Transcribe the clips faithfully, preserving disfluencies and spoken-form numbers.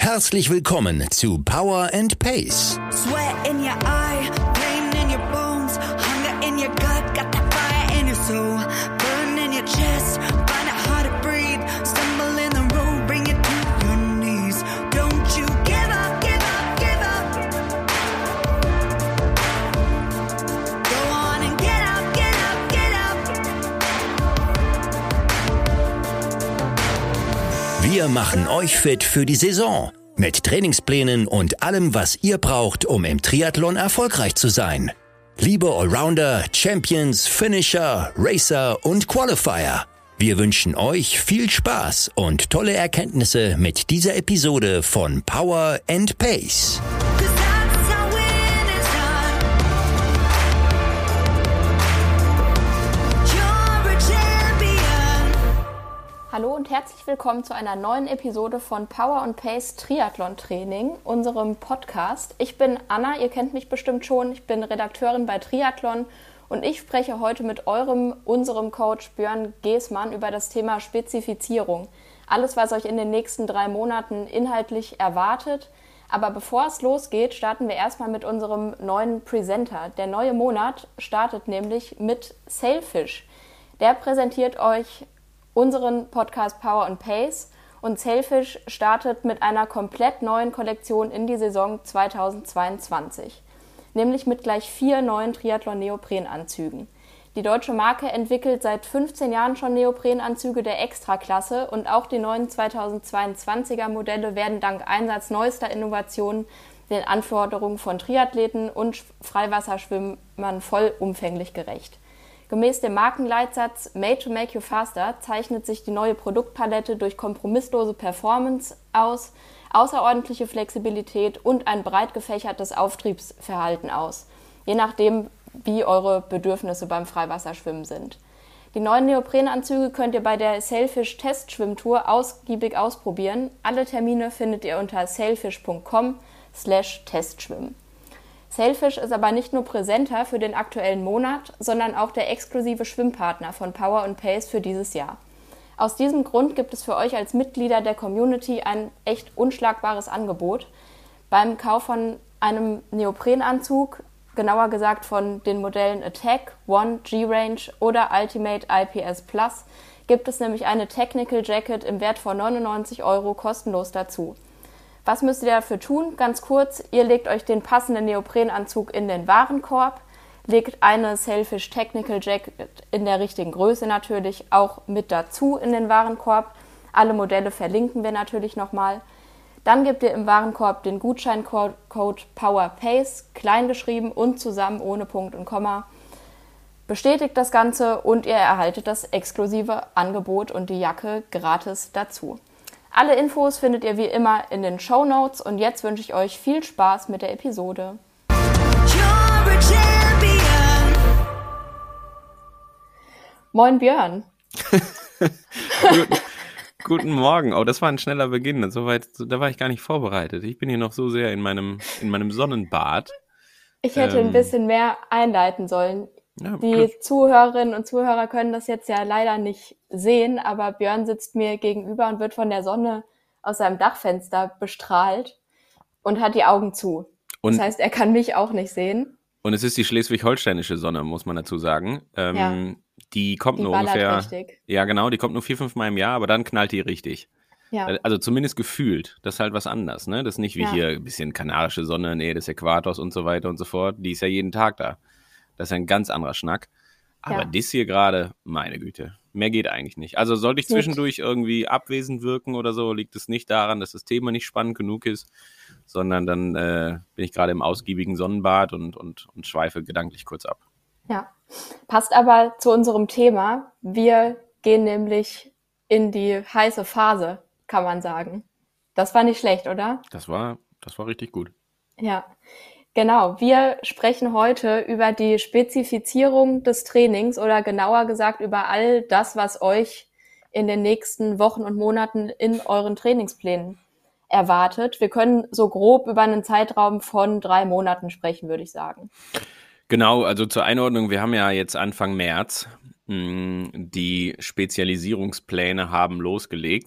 Herzlich willkommen zu Power and Pace. Sweat in your eye, pain in your bones, hunger in your gut, got that fire in your soul, burn in your chest, find it hard to breathe, stumble in the road, bring it to your knees. Don't you give up, give up, give up. Go on and get up, get up, get up. Wir machen euch fit für die Saison. Mit Trainingsplänen und allem, was ihr braucht, um im Triathlon erfolgreich zu sein. Liebe Allrounder, Champions, Finisher, Racer und Qualifier, wir wünschen euch viel Spaß und tolle Erkenntnisse mit dieser Episode von Power and Pace. Hallo und herzlich willkommen zu einer neuen Episode von Power and Pace Triathlon Training, unserem Podcast. Ich bin Anna, ihr kennt mich bestimmt schon, ich bin Redakteurin bei Triathlon und ich spreche heute mit eurem, unserem Coach Björn Geßmann über das Thema Spezifizierung. Alles, was euch in den nächsten drei Monaten inhaltlich erwartet. Aber bevor es losgeht, starten wir erstmal mit unserem neuen Presenter. Der neue Monat startet nämlich mit Sailfish. Der präsentiert euch unseren Podcast Power and Pace und Sailfish startet mit einer komplett neuen Kollektion in die Saison zweitausendzweiundzwanzig, nämlich mit gleich vier neuen Triathlon-Neoprenanzügen. Die deutsche Marke entwickelt seit fünfzehn Jahren schon Neoprenanzüge der Extraklasse und auch die neuen zweitausendzweiundzwanziger Modelle werden dank Einsatz neuester Innovationen den Anforderungen von Triathleten und Freiwasserschwimmern vollumfänglich gerecht. Gemäß dem Markenleitsatz Made to Make You Faster zeichnet sich die neue Produktpalette durch kompromisslose Performance aus, außerordentliche Flexibilität und ein breit gefächertes Auftriebsverhalten aus, je nachdem, wie eure Bedürfnisse beim Freiwasserschwimmen sind. Die neuen Neoprenanzüge könnt ihr bei der Sailfish Testschwimmtour ausgiebig ausprobieren. Alle Termine findet ihr unter sailfish punkt com slash testschwimmen. Sailfish ist aber nicht nur Präsenter für den aktuellen Monat, sondern auch der exklusive Schwimmpartner von Power and Pace für dieses Jahr. Aus diesem Grund gibt es für euch als Mitglieder der Community ein echt unschlagbares Angebot. Beim Kauf von einem Neoprenanzug, genauer gesagt von den Modellen Attack, One, G-Range oder Ultimate I P S Plus, gibt es nämlich eine Technical Jacket im Wert von neunundneunzig Euro kostenlos dazu. Was müsst ihr dafür tun? Ganz kurz, ihr legt euch den passenden Neoprenanzug in den Warenkorb, legt eine Sailfish Technical Jacket in der richtigen Größe natürlich auch mit dazu in den Warenkorb. Alle Modelle verlinken wir natürlich nochmal. Dann gebt ihr im Warenkorb den Gutscheincode POWERPACE, kleingeschrieben und zusammen ohne Punkt und Komma. Bestätigt das Ganze und ihr erhaltet das exklusive Angebot und die Jacke gratis dazu. Alle Infos findet ihr wie immer in den Shownotes und jetzt wünsche ich euch viel Spaß mit der Episode. Moin Björn. Guten, guten Morgen. Oh, das war ein schneller Beginn. Soweit, da war ich gar nicht vorbereitet. Ich bin hier noch so sehr in meinem, in meinem Sonnenbad. Ich hätte ähm, ein bisschen mehr einleiten sollen. Ja, Die Glück. Zuhörerinnen und Zuhörer können das jetzt ja leider nicht sehen, aber Björn sitzt mir gegenüber und wird von der Sonne aus seinem Dachfenster bestrahlt und hat die Augen zu. Und, das heißt, er kann mich auch nicht sehen. Und es ist die schleswig-holsteinische Sonne, muss man dazu sagen. Ähm, Ja. Die kommt Die nur ballert ungefähr. richtig. Ja, genau, die kommt nur vier, fünf Mal im Jahr, aber dann knallt die richtig. Ja, Also zumindest gefühlt. Das ist halt was anderes, ne? Das ist nicht wie Ja. hier ein bisschen kanarische Sonne, Nähe des Äquators und so weiter und so fort. Die ist ja jeden Tag da. Das ist ein ganz anderer Schnack. Aber Ja. das hier gerade, meine Güte, mehr geht eigentlich nicht. Also sollte ich Gut. zwischendurch irgendwie abwesend wirken oder so, liegt es nicht daran, dass das Thema nicht spannend genug ist, sondern dann äh, bin ich gerade im ausgiebigen Sonnenbad und, und, und schweife gedanklich kurz ab. ja. Passt aber zu unserem Thema. Wir gehen nämlich in die heiße Phase, kann man sagen. Das war nicht schlecht, oder? Das war, das war richtig gut. Ja, genau. Wir sprechen heute über die Spezifizierung des Trainings oder genauer gesagt über all das, was euch in den nächsten Wochen und Monaten in euren Trainingsplänen erwartet. Wir können so grob über einen Zeitraum von drei Monaten sprechen, würde ich sagen. Genau, also zur Einordnung, wir haben ja jetzt Anfang März mh, die Spezialisierungspläne haben losgelegt.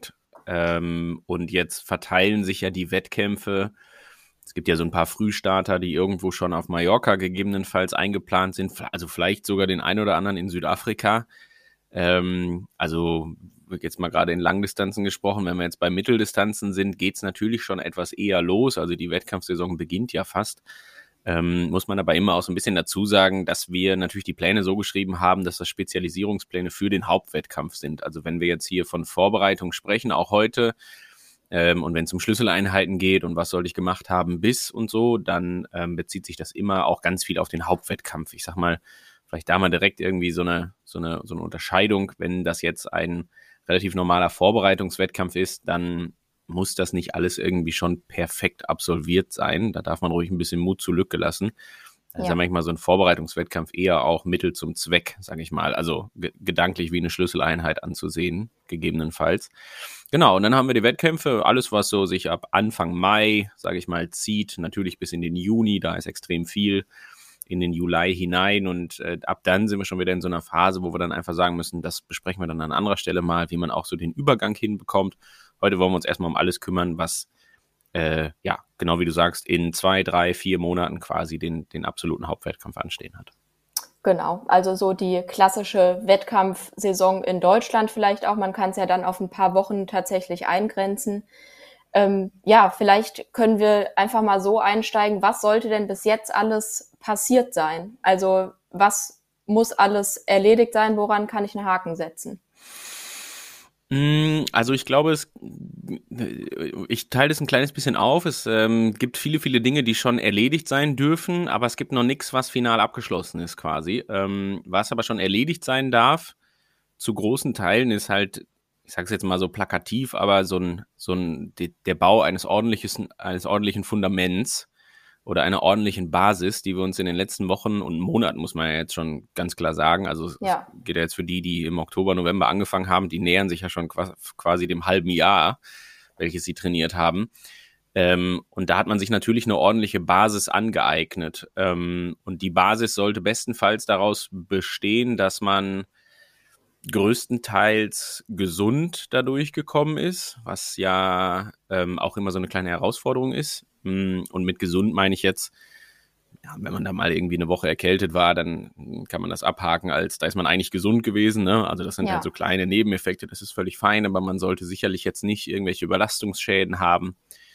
Ähm, und jetzt verteilen sich ja die Wettkämpfe. Es gibt ja so ein paar Frühstarter, die irgendwo schon auf Mallorca gegebenenfalls eingeplant sind, also vielleicht sogar den einen oder anderen in Südafrika. Ähm, also jetzt mal gerade in Langdistanzen gesprochen, wenn wir jetzt bei Mitteldistanzen sind, geht es natürlich schon etwas eher los. Also die Wettkampfsaison beginnt ja fast. Ähm, muss man aber immer auch so ein bisschen dazu sagen, dass wir natürlich die Pläne so geschrieben haben, dass das Spezialisierungspläne für den Hauptwettkampf sind. Also wenn wir jetzt hier von Vorbereitung sprechen, auch heute, ähm, und wenn es um Schlüsseleinheiten geht und was soll ich gemacht haben bis und so, dann ähm, bezieht sich das immer auch ganz viel auf den Hauptwettkampf. Ich sag mal, vielleicht da mal direkt irgendwie so eine, so eine, so eine Unterscheidung. Wenn das jetzt ein relativ normaler Vorbereitungswettkampf ist, dann muss das nicht alles irgendwie schon perfekt absolviert sein. Da darf man ruhig ein bisschen Mut zur Lücke lassen. Das ja. ist ja manchmal so ein Vorbereitungswettkampf eher auch Mittel zum Zweck, sage ich mal. Also ge- gedanklich wie eine Schlüsseleinheit anzusehen, gegebenenfalls. Genau, und dann haben wir die Wettkämpfe. Alles, was so sich ab Anfang Mai, sage ich mal, zieht, natürlich bis in den Juni, da ist extrem viel, in den Juli hinein. Und äh, ab dann sind wir schon wieder in so einer Phase, wo wir dann einfach sagen müssen, das besprechen wir dann an anderer Stelle mal, wie man auch so den Übergang hinbekommt. Heute wollen wir uns erstmal um alles kümmern, was, äh, ja, genau wie du sagst, in zwei, drei, vier Monaten quasi den, den absoluten Hauptwettkampf anstehen hat. Genau, also so die klassische Wettkampfsaison in Deutschland vielleicht auch. Man kann es ja dann auf ein paar Wochen tatsächlich eingrenzen. Ähm, ja, vielleicht können wir einfach mal so einsteigen, was sollte denn bis jetzt alles passiert sein? Also was muss alles erledigt sein? Woran kann ich einen Haken setzen? Also ich glaube, es, ich teile das ein kleines bisschen auf. Es ähm, gibt viele, viele Dinge, die schon erledigt sein dürfen, aber es gibt noch nichts, was final abgeschlossen ist quasi. Ähm, was aber schon erledigt sein darf, zu großen Teilen, ist halt, ich sage es jetzt mal so plakativ, aber so ein, so ein der Bau eines ordentlichen, eines ordentlichen Fundaments oder einer ordentlichen Basis, die wir uns in den letzten Wochen und Monaten, muss man ja jetzt schon ganz klar sagen, also ja. es geht ja jetzt für die, die im Oktober, November angefangen haben, die nähern sich ja schon quasi dem halben Jahr, welches sie trainiert haben. Ähm, und da hat man sich natürlich eine ordentliche Basis angeeignet. Ähm, und die Basis sollte bestenfalls daraus bestehen, dass man größtenteils gesund dadurch gekommen ist, was ja ähm, auch immer so eine kleine Herausforderung ist. Und mit gesund meine ich jetzt, ja, wenn man da mal irgendwie eine Woche erkältet war, dann kann man das abhaken als, da ist man eigentlich gesund gewesen. Ne? Also das sind ja. halt so kleine Nebeneffekte, das ist völlig fein, aber man sollte sicherlich jetzt nicht irgendwelche Überlastungsschäden haben.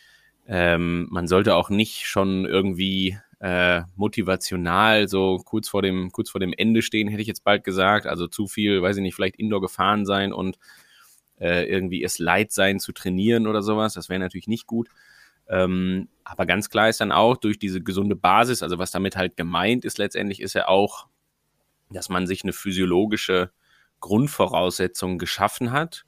Ähm, man sollte auch nicht schon irgendwie äh, motivational so kurz vor dem, kurz vor dem Ende stehen, hätte ich jetzt bald gesagt. Also zu viel, weiß ich nicht, vielleicht Indoor gefahren sein und äh, irgendwie es leid sein zu trainieren oder sowas. Das wäre natürlich nicht gut. Ähm, aber ganz klar ist dann auch durch diese gesunde Basis, also was damit halt gemeint ist letztendlich, ist ja auch, dass man sich eine physiologische Grundvoraussetzung geschaffen hat,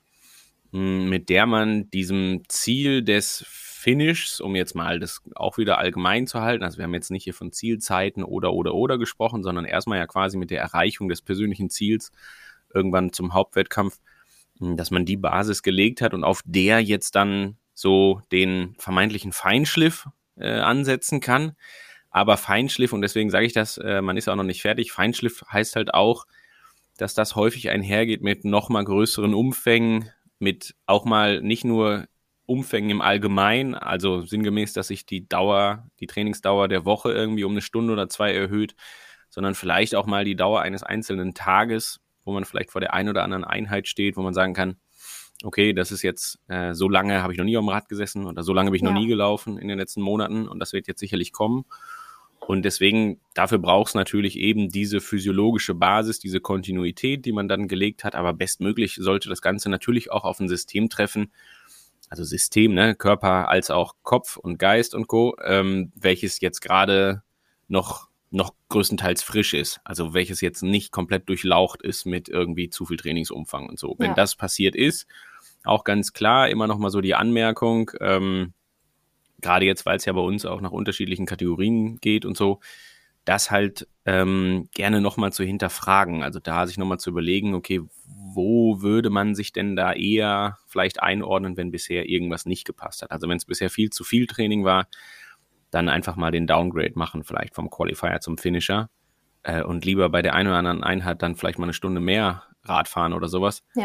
mit der man diesem Ziel des Finishs, um jetzt mal das auch wieder allgemein zu halten, also wir haben jetzt nicht hier von Zielzeiten oder oder oder gesprochen, sondern erstmal ja quasi mit der Erreichung des persönlichen Ziels irgendwann zum Hauptwettkampf, dass man die Basis gelegt hat und auf der jetzt dann so den vermeintlichen Feinschliff äh, ansetzen kann. Aber Feinschliff, und deswegen sage ich das, äh, man ist auch noch nicht fertig, Feinschliff heißt halt auch, dass das häufig einhergeht mit nochmal größeren Umfängen, mit auch mal nicht nur Umfängen im Allgemeinen, also sinngemäß, dass sich die Dauer, die Trainingsdauer der Woche irgendwie um eine Stunde oder zwei erhöht, sondern vielleicht auch mal die Dauer eines einzelnen Tages, wo man vielleicht vor der einen oder anderen Einheit steht, wo man sagen kann, okay, das ist jetzt, äh, so lange habe ich noch nie am Rad gesessen oder so lange bin ich ja. noch nie gelaufen in den letzten Monaten und das wird jetzt sicherlich kommen. Und deswegen, dafür braucht es natürlich eben diese physiologische Basis, diese Kontinuität, die man dann gelegt hat, aber bestmöglich sollte das Ganze natürlich auch auf ein System treffen, also System, ne, Körper als auch Kopf und Geist und Co., ähm, welches jetzt gerade noch noch größtenteils frisch ist, also welches jetzt nicht komplett durchlaucht ist mit irgendwie zu viel Trainingsumfang und so. Wenn ja. das passiert ist, auch ganz klar immer noch mal so die Anmerkung, ähm, gerade jetzt, weil es ja bei uns auch nach unterschiedlichen Kategorien geht und so, das halt ähm, gerne noch mal zu hinterfragen, also da sich noch mal zu überlegen, okay, wo würde man sich denn da eher vielleicht einordnen, wenn bisher irgendwas nicht gepasst hat. Also wenn es bisher viel zu viel Training war, dann einfach mal den Downgrade machen, vielleicht vom Qualifier zum Finisher äh, und lieber bei der einen oder anderen Einheit dann vielleicht mal eine Stunde mehr Rad fahren oder sowas. Ja.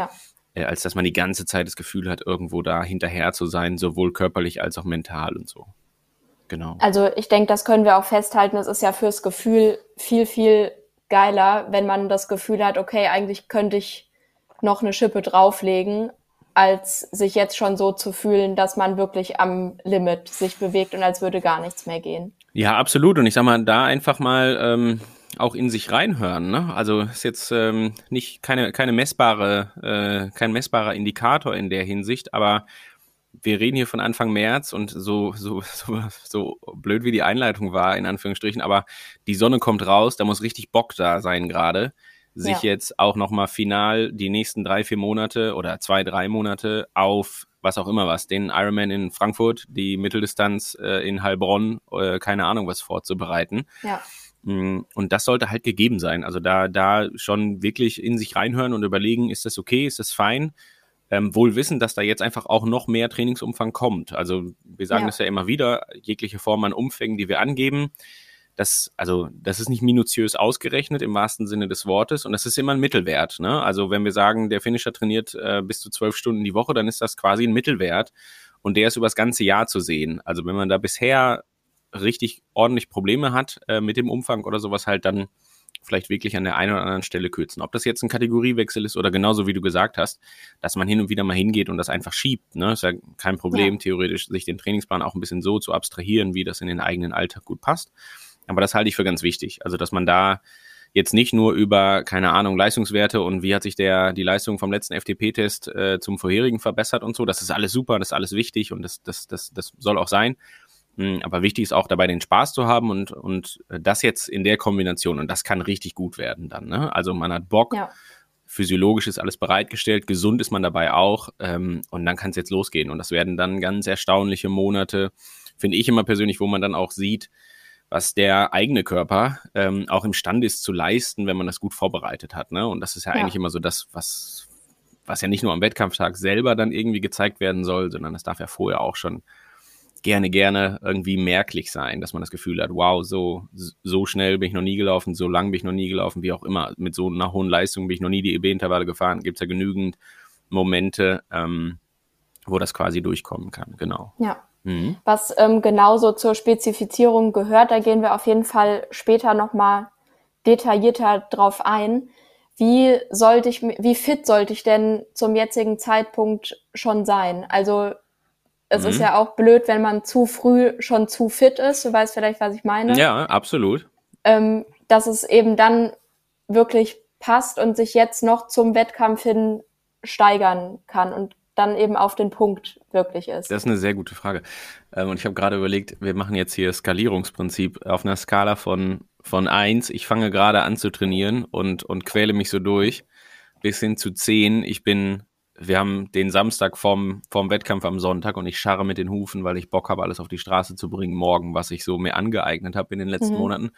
äh, als dass man die ganze Zeit das Gefühl hat, irgendwo da hinterher zu sein, sowohl körperlich als auch mental und so. Genau. Also ich denke, das können wir auch festhalten. Es ist ja fürs Gefühl viel, viel geiler, wenn man das Gefühl hat, okay, eigentlich könnte ich noch eine Schippe drauflegen, als sich jetzt schon so zu fühlen, dass man wirklich am Limit sich bewegt und als würde gar nichts mehr gehen. Ja, absolut. Und ich sag mal, da einfach mal ähm, auch in sich reinhören. Ne? Also ist jetzt ähm, nicht keine keine messbare äh, kein messbarer Indikator in der Hinsicht, aber wir reden hier von Anfang März und so so so so blöd wie die Einleitung war in Anführungsstrichen, aber die Sonne kommt raus, da muss richtig Bock da sein gerade, sich Ja. jetzt auch nochmal final die nächsten drei, vier Monate oder zwei, drei Monate auf was auch immer was, den Ironman in Frankfurt, die Mitteldistanz äh, in Heilbronn, äh, keine Ahnung was vorzubereiten. Ja. Mm, Und das sollte halt gegeben sein. Also da, da schon wirklich in sich reinhören und überlegen, ist das okay, ist das fein? Ähm, wohl wissen, dass da jetzt einfach auch noch mehr Trainingsumfang kommt. Also wir sagen Ja. das ja immer wieder, jegliche Form an Umfängen, die wir angeben, das, also, das ist nicht minutiös ausgerechnet im wahrsten Sinne des Wortes und das ist immer ein Mittelwert. Ne? Also wenn wir sagen, der Finisher trainiert äh, bis zu zwölf Stunden die Woche, dann ist das quasi ein Mittelwert und der ist über das ganze Jahr zu sehen. Also wenn man da bisher richtig ordentlich Probleme hat äh, mit dem Umfang oder sowas halt, dann vielleicht wirklich an der einen oder anderen Stelle kürzen. Ob das jetzt ein Kategoriewechsel ist oder genauso wie du gesagt hast, dass man hin und wieder mal hingeht und das einfach schiebt. Ne? Ist ja kein Problem, Ja. theoretisch sich den Trainingsplan auch ein bisschen so zu abstrahieren, wie das in den eigenen Alltag gut passt. Aber das halte ich für ganz wichtig. Also, dass man da jetzt nicht nur über, keine Ahnung, Leistungswerte und wie hat sich der die Leistung vom letzten F T P-Test äh, zum vorherigen verbessert und so. Das ist alles super, das ist alles wichtig und das, das, das, das soll auch sein. Aber wichtig ist auch dabei, den Spaß zu haben und, und das jetzt in der Kombination. Und das kann richtig gut werden dann. Ne? Also man hat Bock, Ja. physiologisch ist alles bereitgestellt, gesund ist man dabei auch ähm, und dann kann es jetzt losgehen. Und das werden dann ganz erstaunliche Monate, finde ich immer persönlich, wo man dann auch sieht, was der eigene Körper ähm, auch imstande ist zu leisten, wenn man das gut vorbereitet hat. Ne? Und das ist ja, Ja. eigentlich immer so das, was, was ja nicht nur am Wettkampftag selber dann irgendwie gezeigt werden soll, sondern das darf ja vorher auch schon gerne, gerne irgendwie merklich sein, dass man das Gefühl hat, wow, so, so schnell bin ich noch nie gelaufen, so lang bin ich noch nie gelaufen, wie auch immer. Mit so einer hohen Leistung bin ich noch nie die E B-Intervalle gefahren. Gibt es ja genügend Momente, ähm, wo das quasi durchkommen kann. Genau. Ja. Mhm. Was ähm, genauso zur Spezifizierung gehört, da gehen wir auf jeden Fall später nochmal detaillierter drauf ein. Wie sollte ich, wie fit sollte ich denn zum jetzigen Zeitpunkt schon sein? Also es Mhm. ist ja auch blöd, wenn man zu früh schon zu fit ist. Du weißt vielleicht, was ich meine. Ja, absolut. Ähm, dass es eben dann wirklich passt und sich jetzt noch zum Wettkampf hin steigern kann und dann eben auf den Punkt wirklich ist. Das ist eine sehr gute Frage. Ähm, und ich habe gerade überlegt, wir machen jetzt hier Skalierungsprinzip auf einer Skala von, von eins. Ich fange gerade an zu trainieren und, und quäle mich so durch bis hin zu zehn. Ich bin, wir haben den Samstag vorm, vorm Wettkampf am Sonntag und ich scharre mit den Hufen, weil ich Bock habe, alles auf die Straße zu bringen morgen, was ich so mir angeeignet habe in den letzten Mhm. Monaten.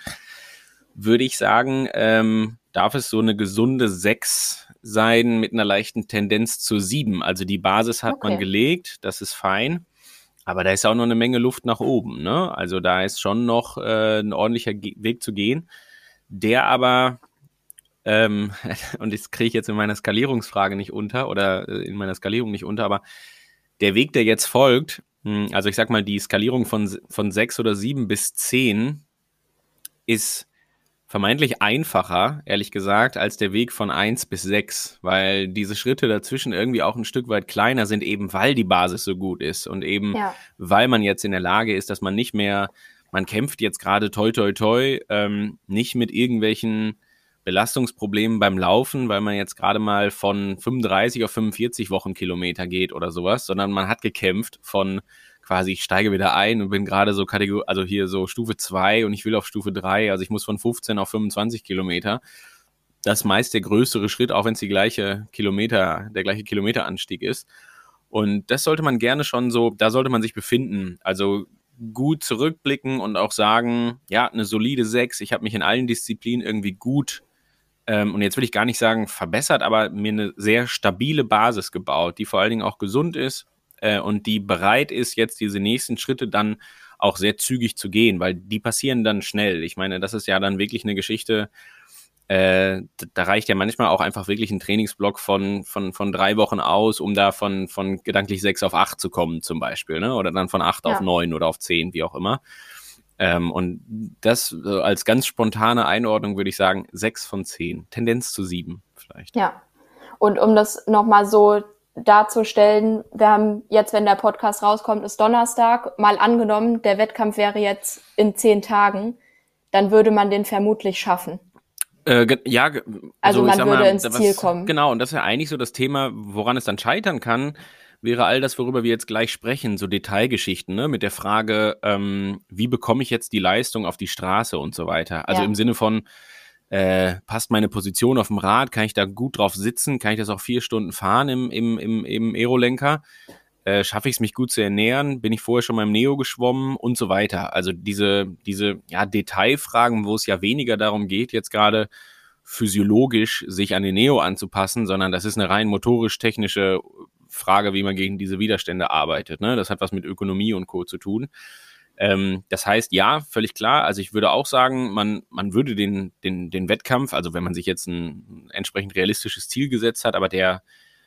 Würde ich sagen, ähm, darf es so eine gesunde sechs sein mit einer leichten Tendenz zur sieben. Also die Basis hat man Okay. gelegt, das ist fein. Aber da ist auch noch eine Menge Luft nach oben. Ne? Also da ist schon noch äh, ein ordentlicher Ge- Weg zu gehen, der aber, ähm, und das kriege ich jetzt in meiner Skalierungsfrage nicht unter oder äh, in meiner Skalierung nicht unter, aber der Weg, der jetzt folgt, mh, also ich sag mal, die Skalierung von, s- von sechs oder sieben bis zehn ist vermeintlich einfacher, ehrlich gesagt, als der Weg von eins bis sechs, weil diese Schritte dazwischen irgendwie auch ein Stück weit kleiner sind, eben weil die Basis so gut ist und eben Ja. weil man jetzt in der Lage ist, dass man nicht mehr, man kämpft jetzt gerade toi toi toi, ähm, nicht mit irgendwelchen Belastungsproblemen beim Laufen, weil man jetzt gerade mal von fünfunddreißig auf fünfundvierzig Wochenkilometer geht oder sowas, sondern man hat gekämpft von quasi, ich steige wieder ein und bin gerade so Kategorie, also hier so Stufe zwei und ich will auf Stufe drei, also ich muss von fünfzehn auf fünfundzwanzig Kilometer. Das ist meist der größere Schritt, auch wenn es die gleiche Kilometer, der gleiche Kilometeranstieg ist. Und das sollte man gerne schon so, da sollte man sich befinden. Also gut zurückblicken und auch sagen, ja, eine solide sechs, ich habe mich in allen Disziplinen irgendwie gut, ähm, und jetzt will ich gar nicht sagen verbessert, aber mir eine sehr stabile Basis gebaut, die vor allen Dingen auch gesund ist, äh, und die bereit ist, jetzt diese nächsten Schritte dann auch sehr zügig zu gehen, weil die passieren dann schnell. Ich meine, das ist ja dann wirklich eine Geschichte, Äh, da reicht ja manchmal auch einfach wirklich ein Trainingsblock von, von, von drei Wochen aus, um da von, von gedanklich sechs auf acht zu kommen zum Beispiel, ne? Oder dann von acht Ja. auf neun oder auf zehn, wie auch immer. Ähm, und das äh, als ganz spontane Einordnung würde ich sagen, sechs von zehn, Tendenz zu sieben vielleicht. Ja, und um das nochmal so darzustellen, wir haben jetzt, wenn der Podcast rauskommt, ist Donnerstag, mal angenommen, der Wettkampf wäre jetzt in zehn Tagen, dann würde man den vermutlich schaffen. Äh, ge- ja, ge- Also so, ich man sag würde mal, ins was, Ziel kommen. Genau, und das ist ja eigentlich so das Thema, woran es dann scheitern kann, wäre all das, worüber wir jetzt gleich sprechen, so Detailgeschichten, ne, mit der Frage, ähm, wie bekomme ich jetzt die Leistung auf die Straße und so weiter. Also Ja. im Sinne von, äh, passt meine Position auf dem Rad, kann ich da gut drauf sitzen, kann ich das auch vier Stunden fahren im, im, im, im Aerolenker, äh, schaffe ich es, mich gut zu ernähren, bin ich vorher schon mal im Neo geschwommen und so weiter. Also diese, diese ja, Detailfragen, wo es ja weniger darum geht, jetzt gerade physiologisch sich an den Neo anzupassen, sondern das ist eine rein motorisch-technische Frage, wie man gegen diese Widerstände arbeitet. Ne? Das hat was mit Ökonomie und Co. zu tun. Ähm, das heißt, ja, völlig klar. Also ich würde auch sagen, man, man würde den, den, den Wettkampf, also wenn man sich jetzt ein entsprechend realistisches Ziel gesetzt hat, aber der,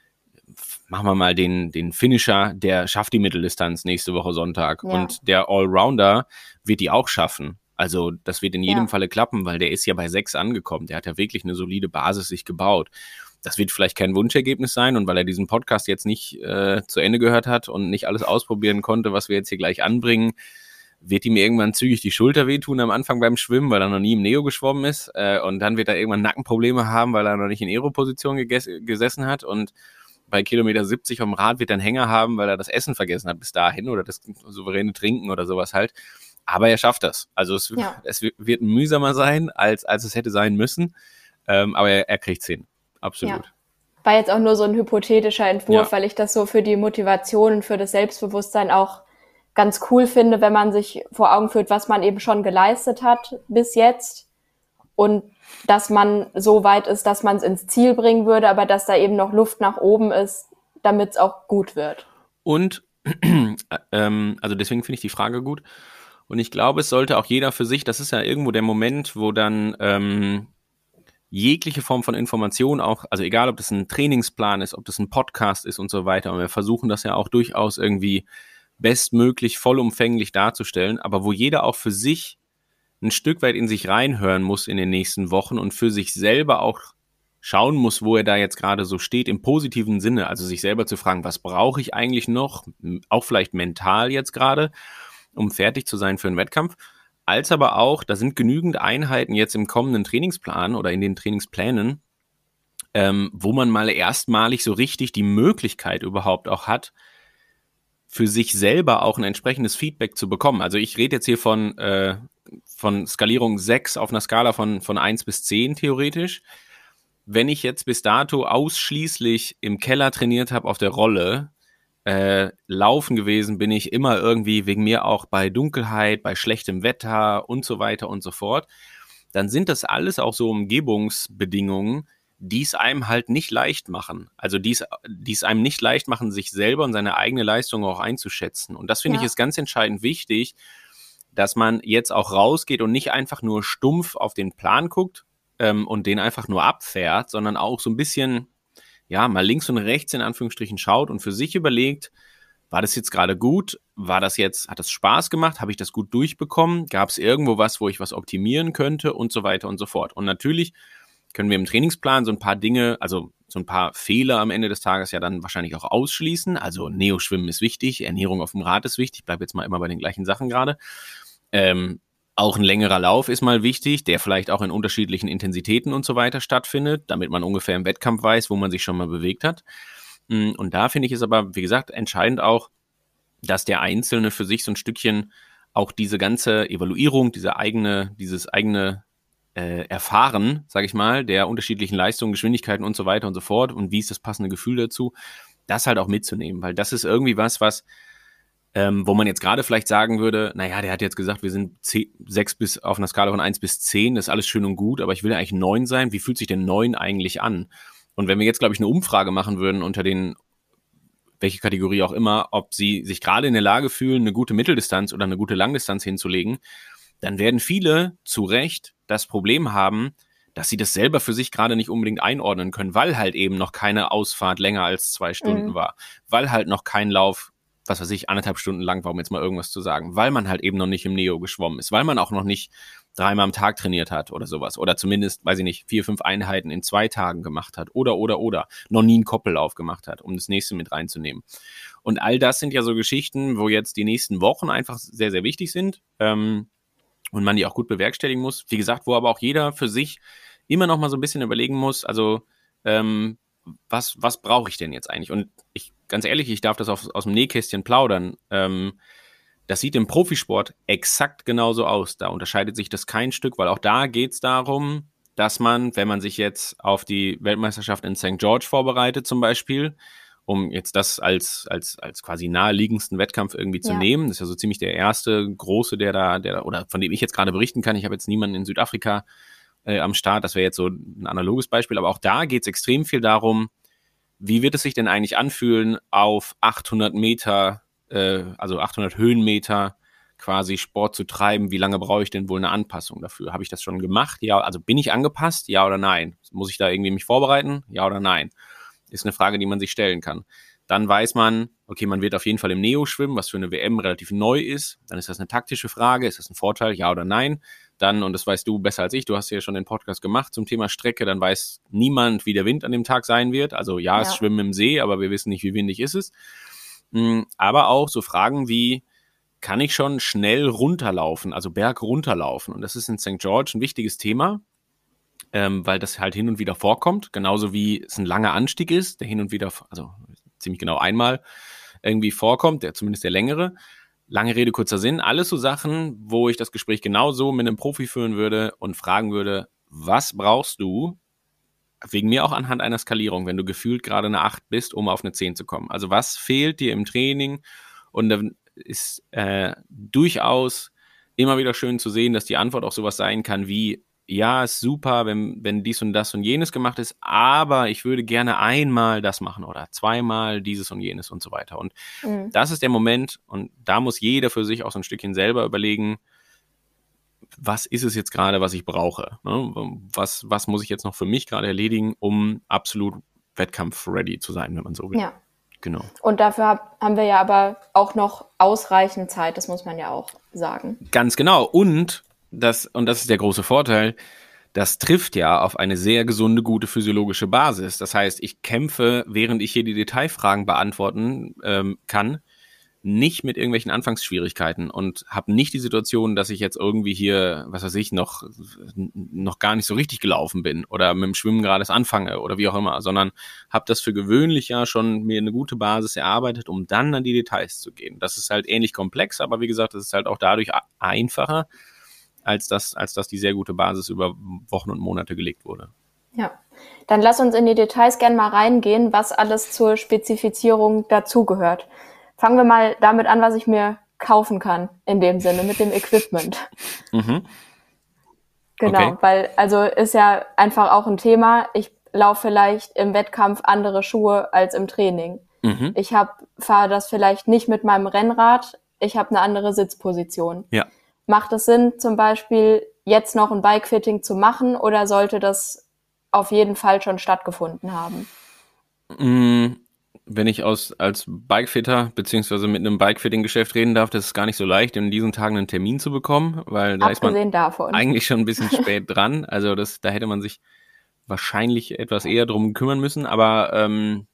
machen wir mal den, den Finisher, der schafft die Mitteldistanz nächste Woche Sonntag. Ja. Und der Allrounder wird die auch schaffen. Also das wird in jedem Ja. Falle klappen, weil der ist ja bei sechs angekommen. Der hat ja wirklich eine solide Basis sich gebaut. Das wird vielleicht kein Wunschergebnis sein, und weil er diesen Podcast jetzt nicht äh, zu Ende gehört hat und nicht alles ausprobieren konnte, was wir jetzt hier gleich anbringen, wird ihm irgendwann zügig die Schulter wehtun am Anfang beim Schwimmen, weil er noch nie im Neo geschwommen ist, äh, und dann wird er irgendwann Nackenprobleme haben, weil er noch nicht in Aero-Position geges- gesessen hat, und bei Kilometer siebzig am Rad wird er einen Hänger haben, weil er das Essen vergessen hat bis dahin oder das souveräne Trinken oder sowas halt. Aber er schafft das. Also es, Ja. es wird mühsamer sein, als, als es hätte sein müssen, ähm, aber er, er kriegt es hin. Absolut. Ja. War jetzt auch nur so ein hypothetischer Entwurf, Ja. weil ich das so für die Motivation und für das Selbstbewusstsein auch ganz cool finde, wenn man sich vor Augen führt, was man eben schon geleistet hat bis jetzt und dass man so weit ist, dass man es ins Ziel bringen würde, aber dass da eben noch Luft nach oben ist, damit es auch gut wird. Und ähm, also deswegen finde ich die Frage gut. Und ich glaube, es sollte auch jeder für sich, das ist ja irgendwo der Moment, wo dann ähm, jegliche Form von Information auch, also egal, ob das ein Trainingsplan ist, ob das ein Podcast ist und so weiter, und wir versuchen das ja auch durchaus irgendwie bestmöglich, vollumfänglich darzustellen, aber wo jeder auch für sich ein Stück weit in sich reinhören muss in den nächsten Wochen und für sich selber auch schauen muss, wo er da jetzt gerade so steht, im positiven Sinne, also sich selber zu fragen, was brauche ich eigentlich noch, auch vielleicht mental jetzt gerade, um fertig zu sein für einen Wettkampf, als aber auch, da sind genügend Einheiten jetzt im kommenden Trainingsplan oder in den Trainingsplänen, ähm, wo man mal erstmalig so richtig die Möglichkeit überhaupt auch hat, für sich selber auch ein entsprechendes Feedback zu bekommen. Also ich rede jetzt hier von, äh, von Skalierung sechs auf einer Skala von, von eins bis zehn theoretisch. Wenn ich jetzt bis dato ausschließlich im Keller trainiert habe auf der Rolle, äh, laufen gewesen bin ich immer irgendwie wegen mir auch bei Dunkelheit, bei schlechtem Wetter und so weiter und so fort, dann sind das alles auch so Umgebungsbedingungen, die es einem halt nicht leicht machen. Also die es einem nicht leicht machen, sich selber und seine eigene Leistung auch einzuschätzen. Und das finde Ja. ich ist ganz entscheidend wichtig, dass man jetzt auch rausgeht und nicht einfach nur stumpf auf den Plan guckt ähm, und den einfach nur abfährt, sondern auch so ein bisschen, ja, mal links und rechts in Anführungsstrichen schaut und für sich überlegt, war das jetzt gerade gut? War das jetzt, hat das Spaß gemacht? Habe ich das gut durchbekommen? Gab es irgendwo was, wo ich was optimieren könnte? Und so weiter und so fort. Und natürlich können wir im Trainingsplan so ein paar Dinge, also so ein paar Fehler am Ende des Tages ja dann wahrscheinlich auch ausschließen. Also Neo-Schwimmen ist wichtig, Ernährung auf dem Rad ist wichtig, ich bleibe jetzt mal immer bei den gleichen Sachen gerade. Ähm, auch ein längerer Lauf ist mal wichtig, der vielleicht auch in unterschiedlichen Intensitäten und so weiter stattfindet, damit man ungefähr im Wettkampf weiß, wo man sich schon mal bewegt hat. Und da finde ich es aber, wie gesagt, entscheidend auch, dass der Einzelne für sich so ein Stückchen auch diese ganze Evaluierung, diese eigene, dieses eigene äh, Erfahren, sage ich mal, der unterschiedlichen Leistungen, Geschwindigkeiten und so weiter und so fort und wie ist das passende Gefühl dazu, das halt auch mitzunehmen, weil das ist irgendwie was, was Ähm, wo man jetzt gerade vielleicht sagen würde, naja, der hat jetzt gesagt, wir sind sechs bis auf einer Skala von eins bis zehn, das ist alles schön und gut, aber ich will ja eigentlich neun sein. Wie fühlt sich denn neun eigentlich an? Und wenn wir jetzt, glaube ich, eine Umfrage machen würden unter den, welche Kategorie auch immer, ob sie sich gerade in der Lage fühlen, eine gute Mitteldistanz oder eine gute Langdistanz hinzulegen, dann werden viele zu Recht das Problem haben, dass sie das selber für sich gerade nicht unbedingt einordnen können, weil halt eben noch keine Ausfahrt länger als zwei Stunden mhm. war, weil halt noch kein Lauf, was weiß ich, anderthalb Stunden lang war, um jetzt mal irgendwas zu sagen, weil man halt eben noch nicht im Neo geschwommen ist, weil man auch noch nicht dreimal am Tag trainiert hat oder sowas oder zumindest, weiß ich nicht, vier, fünf Einheiten in zwei Tagen gemacht hat oder, oder, oder, noch nie einen Koppellauf gemacht hat, um das nächste mit reinzunehmen. Und all das sind ja so Geschichten, wo jetzt die nächsten Wochen einfach sehr, sehr wichtig sind ähm, und man die auch gut bewerkstelligen muss. Wie gesagt, wo aber auch jeder für sich immer noch mal so ein bisschen überlegen muss, also ähm, was, was brauche ich denn jetzt eigentlich? Und ich, ganz ehrlich, ich darf das aus, aus dem Nähkästchen plaudern. Ähm, das sieht im Profisport exakt genauso aus. Da unterscheidet sich das kein Stück, weil auch da geht es darum, dass man, wenn man sich jetzt auf die Weltmeisterschaft in Sankt George vorbereitet zum Beispiel, um jetzt das als, als, als quasi naheliegendsten Wettkampf irgendwie zu ja. nehmen, das ist ja so ziemlich der erste große, der da, der oder von dem ich jetzt gerade berichten kann. Ich habe jetzt niemanden in Südafrika Äh, am Start, das wäre jetzt so ein analoges Beispiel, aber auch da geht es extrem viel darum, wie wird es sich denn eigentlich anfühlen, auf achthundert Meter, äh, also achthundert Höhenmeter quasi Sport zu treiben, wie lange brauche ich denn wohl eine Anpassung dafür? Habe ich das schon gemacht? Ja, also bin ich angepasst? Ja oder nein? Muss ich da irgendwie mich vorbereiten? Ja oder nein? Ist eine Frage, die man sich stellen kann. Dann weiß man, okay, man wird auf jeden Fall im Neo schwimmen, was für eine W M relativ neu ist. Dann ist das eine taktische Frage, ist das ein Vorteil, ja oder nein? Dann, und das weißt du besser als ich, du hast ja schon den Podcast gemacht zum Thema Strecke, dann weiß niemand, wie der Wind an dem Tag sein wird. Also ja, ja. es schwimmen im See, aber wir wissen nicht, wie windig ist es. Aber auch so Fragen wie, kann ich schon schnell runterlaufen, also Berg runterlaufen? Und das ist in Sankt George ein wichtiges Thema, ähm, weil das halt hin und wieder vorkommt, genauso wie es ein langer Anstieg ist, der hin und wieder, also ziemlich genau einmal irgendwie vorkommt, der zumindest der längere. Lange Rede, kurzer Sinn, alles so Sachen, wo ich das Gespräch genauso mit einem Profi führen würde und fragen würde, was brauchst du, wegen mir auch anhand einer Skalierung, wenn du gefühlt gerade eine acht bist, um auf eine zehn zu kommen. Also was fehlt dir im Training? Und da ist äh, durchaus immer wieder schön zu sehen, dass die Antwort auch sowas sein kann wie, ja, ist super, wenn, wenn dies und das und jenes gemacht ist, aber ich würde gerne einmal das machen oder zweimal dieses und jenes und so weiter. Und mhm. das ist der Moment und da muss jeder für sich auch so ein Stückchen selber überlegen, was ist es jetzt gerade, was ich brauche? Ne? Was, was muss ich jetzt noch für mich gerade erledigen, um absolut wettkampfready zu sein, wenn man so will. Ja. Genau. Und dafür hab, haben wir ja aber auch noch ausreichend Zeit, das muss man ja auch sagen. Ganz genau. Und Das, und das ist der große Vorteil, das trifft ja auf eine sehr gesunde, gute physiologische Basis. Das heißt, ich kämpfe, während ich hier die Detailfragen beantworten ähm, kann, nicht mit irgendwelchen Anfangsschwierigkeiten und habe nicht die Situation, dass ich jetzt irgendwie hier, was weiß ich, noch, noch gar nicht so richtig gelaufen bin oder mit dem Schwimmen gerade erst anfange oder wie auch immer, sondern habe das für gewöhnlich ja schon mir eine gute Basis erarbeitet, um dann an die Details zu gehen. Das ist halt ähnlich komplex, aber wie gesagt, das ist halt auch dadurch einfacher, als dass, als dass die sehr gute Basis über Wochen und Monate gelegt wurde. Ja, dann lass uns in die Details gerne mal reingehen, was alles zur Spezifizierung dazugehört. Fangen wir mal damit an, was ich mir kaufen kann, in dem Sinne, mit dem Equipment. Mhm. Genau, okay. Weil, also ist ja einfach auch ein Thema, ich laufe vielleicht im Wettkampf andere Schuhe als im Training. Mhm. Ich hab, fahre das vielleicht nicht mit meinem Rennrad, ich habe eine andere Sitzposition. Ja. Macht es Sinn, zum Beispiel jetzt noch ein Bikefitting zu machen oder sollte das auf jeden Fall schon stattgefunden haben? Wenn ich aus, als Bikefitter beziehungsweise mit einem Bikefitting-Geschäft reden darf, das ist gar nicht so leicht, in diesen Tagen einen Termin zu bekommen, weil da Abgesehen ist man davon. eigentlich schon ein bisschen spät dran. Also das, da hätte man sich wahrscheinlich etwas eher drum kümmern müssen, aber ähm,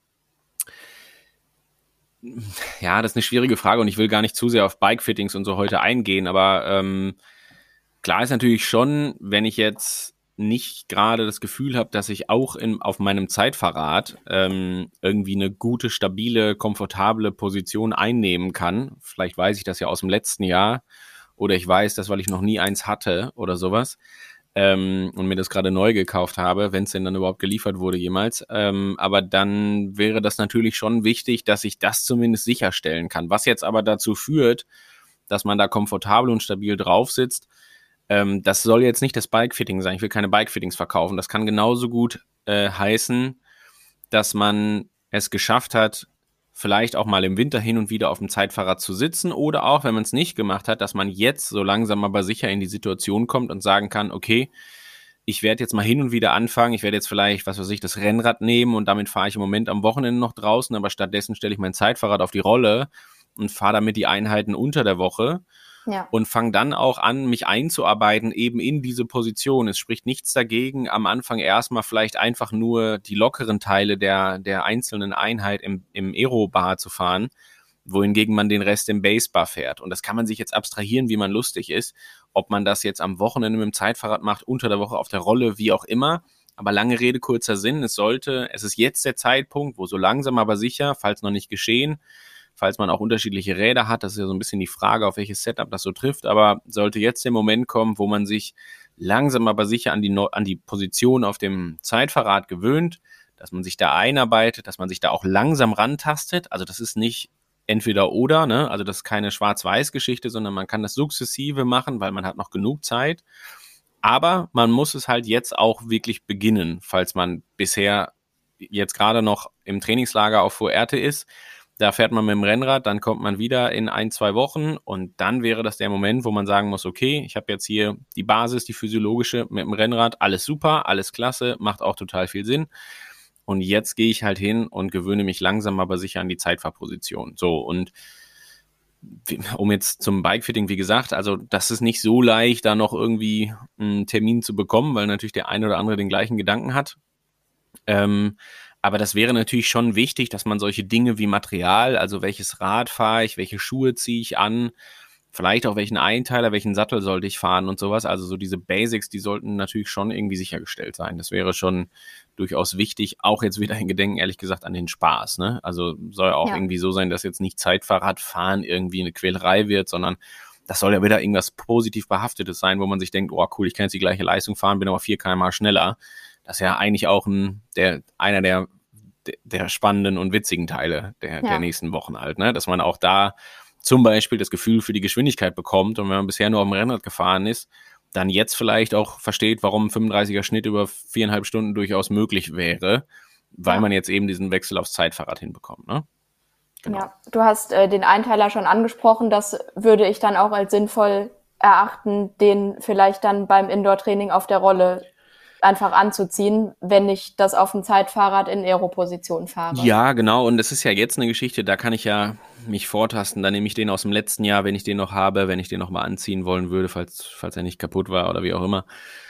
ja, das ist eine schwierige Frage und ich will gar nicht zu sehr auf Bikefittings und so heute eingehen, aber ähm, klar ist natürlich schon, wenn ich jetzt nicht gerade das Gefühl habe, dass ich auch in, auf meinem Zeitfahrrad ähm, irgendwie eine gute, stabile, komfortable Position einnehmen kann. Vielleicht weiß ich das ja aus dem letzten Jahr oder ich weiß das, weil ich noch nie eins hatte oder sowas. Ähm, und mir das gerade neu gekauft habe, wenn es denn dann überhaupt geliefert wurde jemals. Ähm, aber dann wäre das natürlich schon wichtig, dass ich das zumindest sicherstellen kann. Was jetzt aber dazu führt, dass man da komfortabel und stabil drauf sitzt, ähm, das soll jetzt nicht das Bikefitting sein. Ich will keine Bikefittings verkaufen. Das kann genauso gut äh, heißen, dass man es geschafft hat, vielleicht auch mal im Winter hin und wieder auf dem Zeitfahrrad zu sitzen oder auch, wenn man es nicht gemacht hat, dass man jetzt so langsam aber sicher in die Situation kommt und sagen kann, okay, ich werde jetzt mal hin und wieder anfangen, ich werde jetzt vielleicht, was weiß ich, das Rennrad nehmen und damit fahre ich im Moment am Wochenende noch draußen, aber stattdessen stelle ich mein Zeitfahrrad auf die Rolle und fahre damit die Einheiten unter der Woche. Ja. Und fange dann auch an, mich einzuarbeiten eben in diese Position. Es spricht nichts dagegen, am Anfang erstmal vielleicht einfach nur die lockeren Teile der, der einzelnen Einheit im, im Aero-Bar zu fahren, wohingegen man den Rest im Base-Bar fährt. Und das kann man sich jetzt abstrahieren, wie man lustig ist, ob man das jetzt am Wochenende mit dem Zeitfahrrad macht, unter der Woche auf der Rolle, wie auch immer. Aber lange Rede, kurzer Sinn, es sollte, es ist jetzt der Zeitpunkt, wo so langsam aber sicher, falls noch nicht geschehen, falls man auch unterschiedliche Räder hat, das ist ja so ein bisschen die Frage, auf welches Setup das so trifft, aber sollte jetzt der Moment kommen, wo man sich langsam aber sicher an die, an die Position auf dem Zeitfahrrad gewöhnt, dass man sich da einarbeitet, dass man sich da auch langsam rantastet, also das ist nicht entweder oder, ne? Also das ist keine Schwarz-Weiß-Geschichte, sondern man kann das sukzessive machen, weil man hat noch genug Zeit, aber man muss es halt jetzt auch wirklich beginnen, falls man bisher jetzt gerade noch im Trainingslager auf Fuerte ist. Da fährt man mit dem Rennrad, dann kommt man wieder in ein, zwei Wochen und dann wäre das der Moment, wo man sagen muss, okay, ich habe jetzt hier die Basis, die physiologische mit dem Rennrad, alles super, alles klasse, macht auch total viel Sinn. Und jetzt gehe ich halt hin und gewöhne mich langsam aber sicher an die Zeitfahrposition. So, und um jetzt zum Bikefitting, wie gesagt, also das ist nicht so leicht, da noch irgendwie einen Termin zu bekommen, weil natürlich der eine oder andere den gleichen Gedanken hat. Ähm, Aber das wäre natürlich schon wichtig, dass man solche Dinge wie Material, also welches Rad fahre ich, welche Schuhe ziehe ich an, vielleicht auch welchen Einteiler, welchen Sattel sollte ich fahren und sowas. Also so diese Basics, die sollten natürlich schon irgendwie sichergestellt sein. Das wäre schon durchaus wichtig. Auch jetzt wieder in Gedenken, ehrlich gesagt, an den Spaß, ne? Also soll auch ja. irgendwie so sein, dass jetzt nicht Zeitfahrradfahren irgendwie eine Quälerei wird, sondern das soll ja wieder irgendwas positiv Behaftetes sein, wo man sich denkt, oh cool, ich kann jetzt die gleiche Leistung fahren, bin aber vier Kilometer pro Stunde schneller. Das ist ja eigentlich auch ein, der, einer der, der spannenden und witzigen Teile der, ja. der nächsten Wochen halt, ne? Dass man auch da zum Beispiel das Gefühl für die Geschwindigkeit bekommt und wenn man bisher nur auf dem Rennrad gefahren ist, dann jetzt vielleicht auch versteht, warum ein fünfunddreißiger Schnitt über viereinhalb Stunden durchaus möglich wäre, weil ja. man jetzt eben diesen Wechsel aufs Zeitfahrrad hinbekommt, ne? Genau. Ja, du hast äh, den Einteiler schon angesprochen, das würde ich dann auch als sinnvoll erachten, den vielleicht dann beim Indoor-Training auf der Rolle einfach anzuziehen, wenn ich das auf dem Zeitfahrrad in Aero-Position fahre. Ja, genau. Und das ist ja jetzt eine Geschichte, da kann ich ja mich vortasten. Da nehme ich den aus dem letzten Jahr, wenn ich den noch habe, wenn ich den noch mal anziehen wollen würde, falls, falls er nicht kaputt war oder wie auch immer.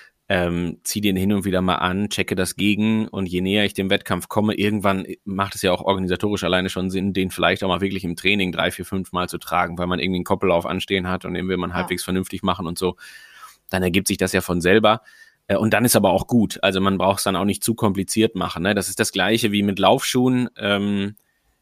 Ähm, ziehe den hin und wieder mal an, checke das gegen und je näher ich dem Wettkampf komme, irgendwann macht es ja auch organisatorisch alleine schon Sinn, den vielleicht auch mal wirklich im Training drei, vier, fünf Mal zu tragen, weil man irgendwie einen Koppellauf anstehen hat und den will man ja. halbwegs vernünftig machen und so. Dann ergibt sich das ja von selber. Und dann ist aber auch gut. Also man braucht es dann auch nicht zu kompliziert machen, ne? Das ist das Gleiche wie mit Laufschuhen. Ähm,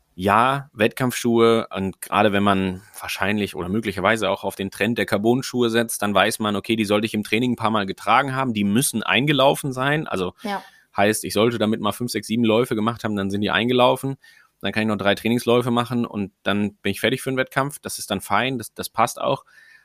ja, Wettkampfschuhe und gerade wenn man wahrscheinlich oder möglicherweise auch auf den Trend der Carbon-Schuhe setzt, dann weiß man, okay, die sollte ich im Training ein paar Mal getragen haben, die müssen eingelaufen sein. Also ja. heißt, ich sollte damit mal fünf, sechs, sieben Läufe gemacht haben, dann sind die eingelaufen. Dann kann ich noch drei Trainingsläufe machen und dann bin ich fertig für den Wettkampf. Das ist dann fein, das, das passt auch.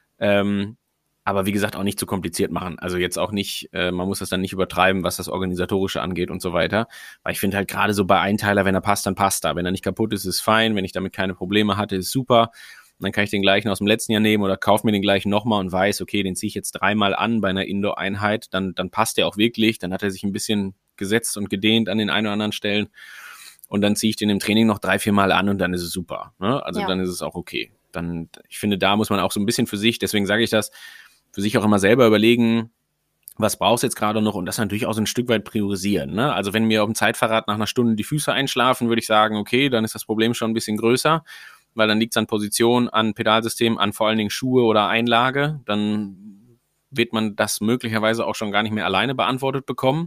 Ähm, Aber wie gesagt, auch nicht zu kompliziert machen. Also jetzt auch nicht, äh, man muss das dann nicht übertreiben, was das Organisatorische angeht und so weiter. Weil ich finde halt gerade so bei Einteiler, wenn er passt, dann passt er. Wenn er nicht kaputt ist, ist fein. Wenn ich damit keine Probleme hatte, ist super. Und dann kann ich den gleichen aus dem letzten Jahr nehmen oder kaufe mir den gleichen nochmal und weiß, okay, den ziehe ich jetzt dreimal an bei einer Indoor-Einheit. Dann, dann passt der auch wirklich. Dann hat er sich ein bisschen gesetzt und gedehnt an den ein oder anderen Stellen. Und dann ziehe ich den im Training noch drei, vier Mal an und dann ist es super, ne? Also ja. dann ist es auch okay. Dann, ich finde, da muss man auch so ein bisschen für sich, deswegen sage ich das, für sich auch immer selber überlegen, was brauchst du jetzt gerade noch und das natürlich auch so ein Stück weit priorisieren, ne? Also wenn mir auf dem Zeitfahrrad nach einer Stunde die Füße einschlafen, würde ich sagen, okay, dann ist das Problem schon ein bisschen größer, weil dann liegt es an Position, an Pedalsystem, an vor allen Dingen Schuhe oder Einlage, dann wird man das möglicherweise auch schon gar nicht mehr alleine beantwortet bekommen.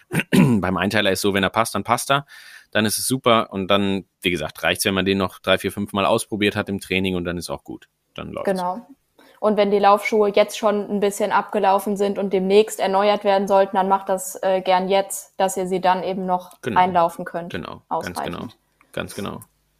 Beim Einteiler ist so, wenn er passt, dann passt er, dann ist es super und dann, wie gesagt, reicht es, wenn man den noch drei, vier, fünf Mal ausprobiert hat im Training und dann ist auch gut, dann läuft's. Genau. Und wenn die Laufschuhe jetzt schon ein bisschen abgelaufen sind und demnächst erneuert werden sollten, dann macht das äh, gern jetzt, dass ihr sie dann eben noch genau. einlaufen könnt. Genau, ganz genau, ganz genau.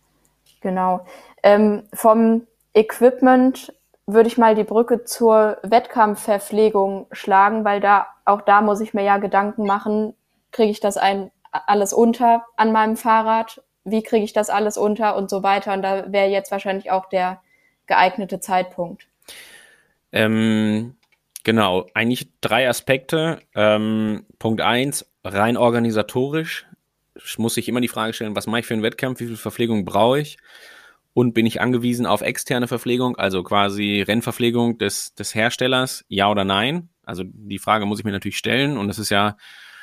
Genau. Ähm, vom Equipment würde ich mal die Brücke zur Wettkampfverpflegung schlagen, weil da auch da muss ich mir ja Gedanken machen, kriege ich das ein, alles unter an meinem Fahrrad? Wie kriege ich das alles unter und so weiter? Und da wäre jetzt wahrscheinlich auch der geeignete Zeitpunkt. Ähm, Genau, eigentlich drei Aspekte. Ähm, Punkt eins, rein organisatorisch muss ich immer die Frage stellen, was mache ich für einen Wettkampf, wie viel Verpflegung brauche ich und bin ich angewiesen auf externe Verpflegung, also quasi Rennverpflegung des, des Herstellers, ja oder nein? Also die Frage muss ich mir natürlich stellen und das ist ja,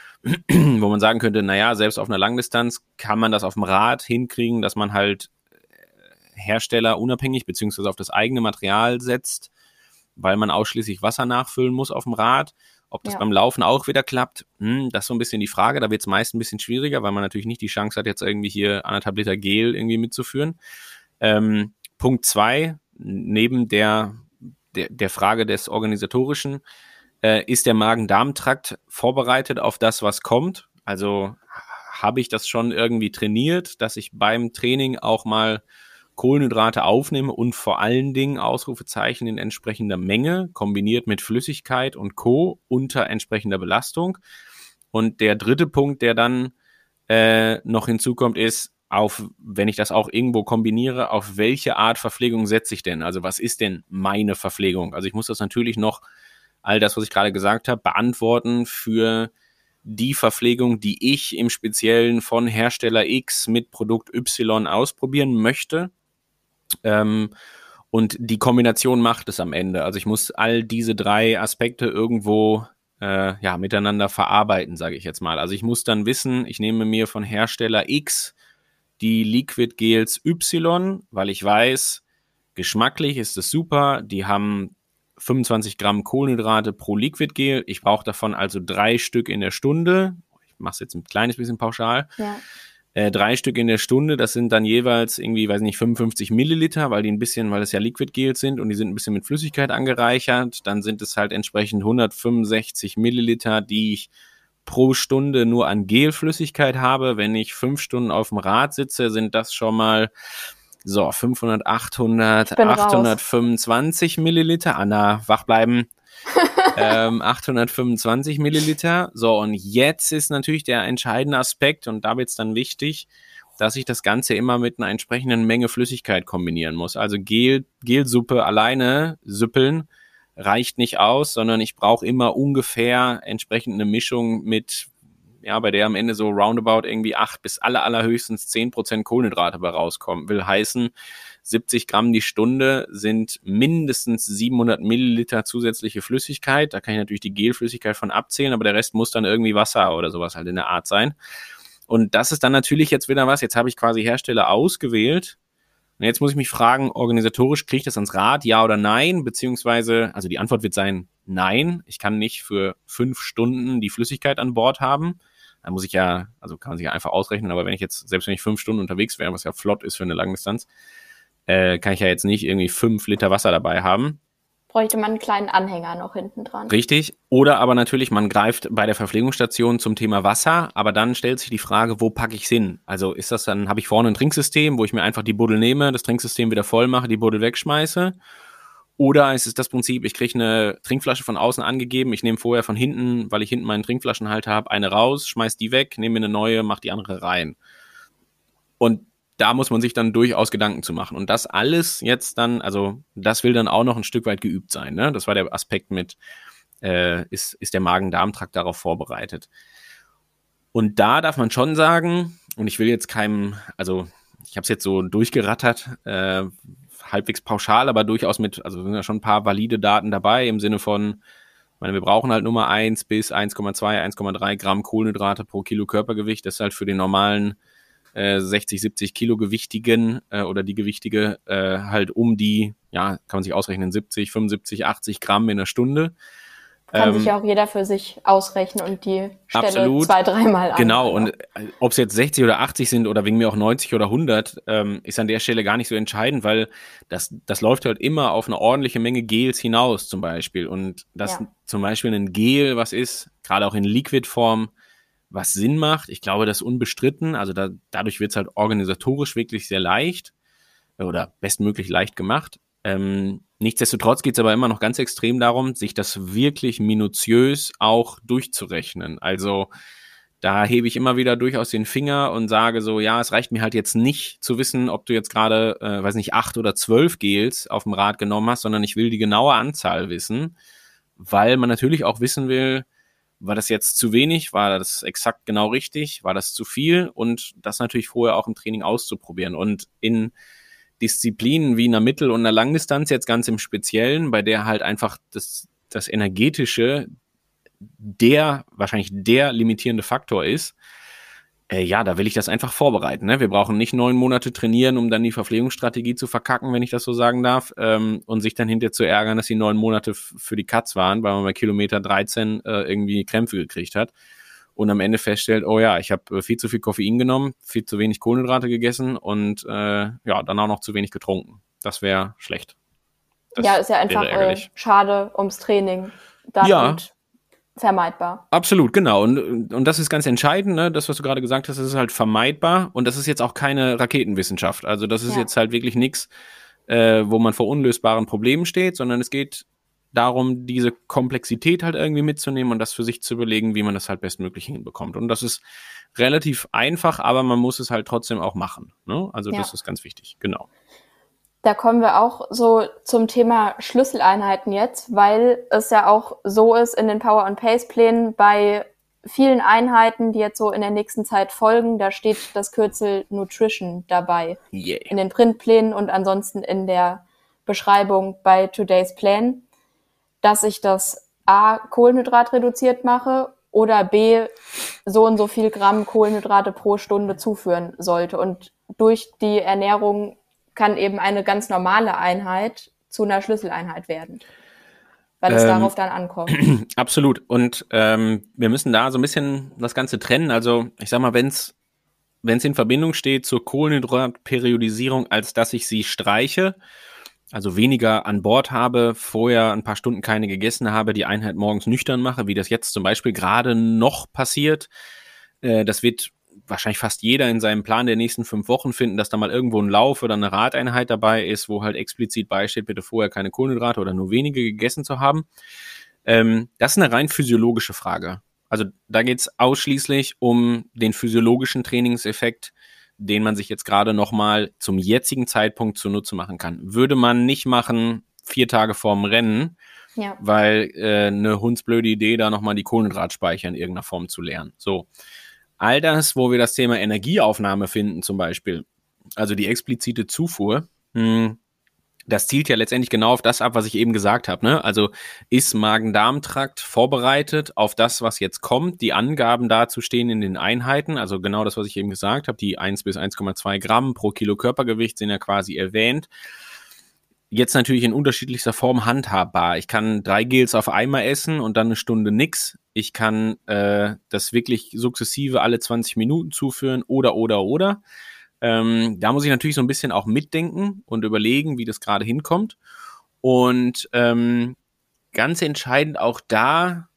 wo man sagen könnte, naja, selbst auf einer Langdistanz kann man das auf dem Rad hinkriegen, dass man halt Hersteller unabhängig beziehungsweise auf das eigene Material setzt, weil man ausschließlich Wasser nachfüllen muss auf dem Rad. Ob das ja. beim Laufen auch wieder klappt, hm, das ist so ein bisschen die Frage. Da wird es meist ein bisschen schwieriger, weil man natürlich nicht die Chance hat, jetzt irgendwie hier anderthalb Liter Gel irgendwie mitzuführen. Ähm, Punkt zwei, neben der, der, der Frage des Organisatorischen, äh, ist der Magen-Darm-Trakt vorbereitet auf das, was kommt? Also habe ich das schon irgendwie trainiert, dass ich beim Training auch mal Kohlenhydrate aufnehme und vor allen Dingen Ausrufezeichen in entsprechender Menge, kombiniert mit Flüssigkeit und Co. unter entsprechender Belastung. Und der dritte Punkt, der dann äh, noch hinzukommt, ist, auf, wenn ich das auch irgendwo kombiniere, auf welche Art Verpflegung setze ich denn? Also was ist denn meine Verpflegung? Also ich muss das natürlich noch, all das, was ich gerade gesagt habe, beantworten für die Verpflegung, die ich im Speziellen von Hersteller X mit Produkt Y ausprobieren möchte. Ähm, und die Kombination macht es am Ende. Also ich muss all diese drei Aspekte irgendwo äh, ja, miteinander verarbeiten, sage ich jetzt mal. Also ich muss dann wissen, ich nehme mir von Hersteller X die Liquid Gels Y, weil ich weiß, geschmacklich ist es super. Die haben fünfundzwanzig Gramm Kohlenhydrate pro Liquid Gel. Ich brauche davon also drei Stück in der Stunde. Ich mache es jetzt ein kleines bisschen pauschal. Ja. Äh, drei Stück in der Stunde, das sind dann jeweils irgendwie, weiß nicht, fünfundfünfzig Milliliter, weil die ein bisschen, weil es ja Liquid Gels sind und die sind ein bisschen mit Flüssigkeit angereichert. Dann sind es halt entsprechend hundertfünfundsechzig Milliliter, die ich pro Stunde nur an Gelflüssigkeit habe. Wenn ich fünf Stunden auf dem Rad sitze, sind das schon mal so fünfhundert, achthundert, achthundertfünfundzwanzig raus. Milliliter. Anna, wach bleiben. ähm, achthundertfünfundzwanzig Milliliter. So, und jetzt ist natürlich der entscheidende Aspekt, und da wird es dann wichtig, dass ich das Ganze immer mit einer entsprechenden Menge Flüssigkeit kombinieren muss. Also Gel, Gelsuppe alleine süppeln reicht nicht aus, sondern ich brauche immer ungefähr entsprechend eine Mischung mit, ja, bei der am Ende so roundabout irgendwie acht bis aller, allerhöchstens zehn Prozent Kohlenhydrate bei rauskommen. Will heißen, siebzig Gramm die Stunde sind mindestens siebenhundert Milliliter zusätzliche Flüssigkeit. Da kann ich natürlich die Gelflüssigkeit von abzählen, aber der Rest muss dann irgendwie Wasser oder sowas halt in der Art sein. Und das ist dann natürlich jetzt wieder was, jetzt habe ich quasi Hersteller ausgewählt. Und jetzt muss ich mich fragen, organisatorisch kriege ich das ans Rad, ja oder nein? Beziehungsweise, also die Antwort wird sein, nein. Ich kann nicht für fünf Stunden die Flüssigkeit an Bord haben. Da muss ich ja, also kann man sich ja einfach ausrechnen, aber wenn ich jetzt, selbst wenn ich fünf Stunden unterwegs wäre, was ja flott ist für eine Langdistanz, äh, kann ich ja jetzt nicht irgendwie fünf Liter Wasser dabei haben. Bräuchte man einen kleinen Anhänger noch hinten dran. Richtig. Oder aber natürlich, man greift bei der Verpflegungsstation zum Thema Wasser, aber dann stellt sich die Frage, wo packe ich es hin? Also ist das dann, habe ich vorne ein Trinksystem, wo ich mir einfach die Buddel nehme, das Trinksystem wieder voll mache, die Buddel wegschmeiße? Oder ist es das Prinzip, ich kriege eine Trinkflasche von außen angegeben, ich nehme vorher von hinten, weil ich hinten meinen Trinkflaschenhalter habe, eine raus, schmeiß die weg, nehme mir eine neue, mach die andere rein. Und da muss man sich dann durchaus Gedanken zu machen. Und das alles jetzt dann, also das will dann auch noch ein Stück weit geübt sein. Ne? Das war der Aspekt mit, äh, ist, ist der Magen-Darm-Trakt darauf vorbereitet. Und da darf man schon sagen, und ich will jetzt keinem, also ich habe es jetzt so durchgerattert, äh, halbwegs pauschal, aber durchaus mit, also sind ja schon ein paar valide Daten dabei, im Sinne von, ich meine, wir brauchen halt Nummer eins bis eins Komma zwei, eins Komma drei Gramm Kohlenhydrate pro Kilo Körpergewicht. Das ist halt für den normalen sechzig, siebzig Kilo Gewichtigen äh, oder die Gewichtige äh, halt um die, ja, kann man sich ausrechnen, siebzig, fünfundsiebzig, achtzig Gramm in der Stunde. Kann ähm, sich ja auch jeder für sich ausrechnen und die Stelle absolut. zwei, dreimal an. Genau, und ob es jetzt sechzig oder achtzig sind oder wegen mir auch neunzig oder hundert, ähm, ist an der Stelle gar nicht so entscheidend, weil das, das läuft halt immer auf eine ordentliche Menge Gels hinaus zum Beispiel. Und das ja. zum Beispiel ein Gel, was ist, gerade auch in Liquidform, was Sinn macht. Ich glaube, das ist unbestritten. Also da, dadurch wird es halt organisatorisch wirklich sehr leicht oder bestmöglich leicht gemacht. Ähm, nichtsdestotrotz geht es aber immer noch ganz extrem darum, sich das wirklich minutiös auch durchzurechnen. Also da hebe ich immer wieder durchaus den Finger und sage so, ja, es reicht mir halt jetzt nicht zu wissen, ob du jetzt gerade, äh, weiß nicht, acht oder zwölf Gels auf dem Rad genommen hast, sondern ich will die genaue Anzahl wissen, weil man natürlich auch wissen will, war das jetzt zu wenig, war das exakt genau richtig, war das zu viel und das natürlich vorher auch im Training auszuprobieren. Und in Disziplinen wie einer Mittel- und einer Langdistanz jetzt ganz im Speziellen, bei der halt einfach das, das Energetische der, wahrscheinlich der limitierende Faktor ist, Äh, ja, da will ich das einfach vorbereiten. Ne? Wir brauchen nicht neun Monate trainieren, um dann die Verpflegungsstrategie zu verkacken, wenn ich das so sagen darf, ähm, und sich dann hinterher zu ärgern, dass die neun Monate f- für die Katz waren, weil man bei Kilometer dreizehn äh, irgendwie Krämpfe gekriegt hat und am Ende feststellt, oh ja, ich habe äh, viel zu viel Koffein genommen, viel zu wenig Kohlenhydrate gegessen und äh, ja, dann auch noch zu wenig getrunken. Das wäre schlecht. Das ja, ist ja einfach wäre äh, ärgerlich. schade ums Training. Dann Ja. und vermeidbar. Absolut, genau. Und, und das ist ganz entscheidend, ne? Das, was du gerade gesagt hast, das ist halt vermeidbar und das ist jetzt auch keine Raketenwissenschaft. Also das ist Ja. jetzt halt wirklich nichts, äh, wo man vor unlösbaren Problemen steht, sondern es geht darum, diese Komplexität halt irgendwie mitzunehmen und das für sich zu überlegen, wie man das halt bestmöglich hinbekommt. Und das ist relativ einfach, aber man muss es halt trotzdem auch machen. Ne? Also Ja. das ist ganz wichtig, genau. Da kommen wir auch so zum Thema Schlüsseleinheiten jetzt, weil es ja auch so ist in den Power- und Pace-Plänen bei vielen Einheiten, die jetzt so in der nächsten Zeit folgen, da steht das Kürzel Nutrition dabei. Yeah. In den Printplänen und ansonsten in der Beschreibung bei Today's Plan, dass ich das A, Kohlenhydrat reduziert mache oder B, so und so viel Gramm Kohlenhydrate pro Stunde zuführen sollte. Und durch die Ernährung kann eben eine ganz normale Einheit zu einer Schlüsseleinheit werden, weil es Ähm, darauf dann ankommt. Absolut. Und ähm, wir müssen da so ein bisschen das Ganze trennen. Also ich sag mal, wenn es wenn es in Verbindung steht zur Kohlenhydratperiodisierung, als dass ich sie streiche, also weniger an Bord habe, vorher ein paar Stunden keine gegessen habe, die Einheit morgens nüchtern mache, wie das jetzt zum Beispiel gerade noch passiert, äh, das wird wahrscheinlich fast jeder in seinem Plan der nächsten fünf Wochen finden, dass da mal irgendwo ein Lauf oder eine Radeinheit dabei ist, wo halt explizit beisteht, bitte vorher keine Kohlenhydrate oder nur wenige gegessen zu haben. Ähm, das ist eine rein physiologische Frage. Also da geht es ausschließlich um den physiologischen Trainingseffekt, den man sich jetzt gerade nochmal zum jetzigen Zeitpunkt zunutze machen kann. Würde man nicht machen, vier Tage vorm Rennen, Ja. weil äh, eine hundsblöde Idee, da nochmal die Kohlenhydratspeicher in irgendeiner Form zu lernen. So. All das, wo wir das Thema Energieaufnahme finden zum Beispiel, also die explizite Zufuhr, mh, das zielt ja letztendlich genau auf das ab, was ich eben gesagt habe. Ne? Also ist Magen-Darm-Trakt vorbereitet auf das, was jetzt kommt? Die Angaben dazu stehen in den Einheiten, also genau das, was ich eben gesagt habe, die eins bis eins Komma zwei Gramm pro Kilo Körpergewicht sind ja quasi erwähnt. Jetzt natürlich in unterschiedlichster Form handhabbar. Ich kann drei Gels auf einmal essen und dann eine Stunde nix. Ich kann äh, das wirklich sukzessive alle zwanzig Minuten zuführen oder, oder, oder. Ähm, da muss ich natürlich so ein bisschen auch mitdenken und überlegen, wie das gerade hinkommt. Und ähm, ganz entscheidend auch da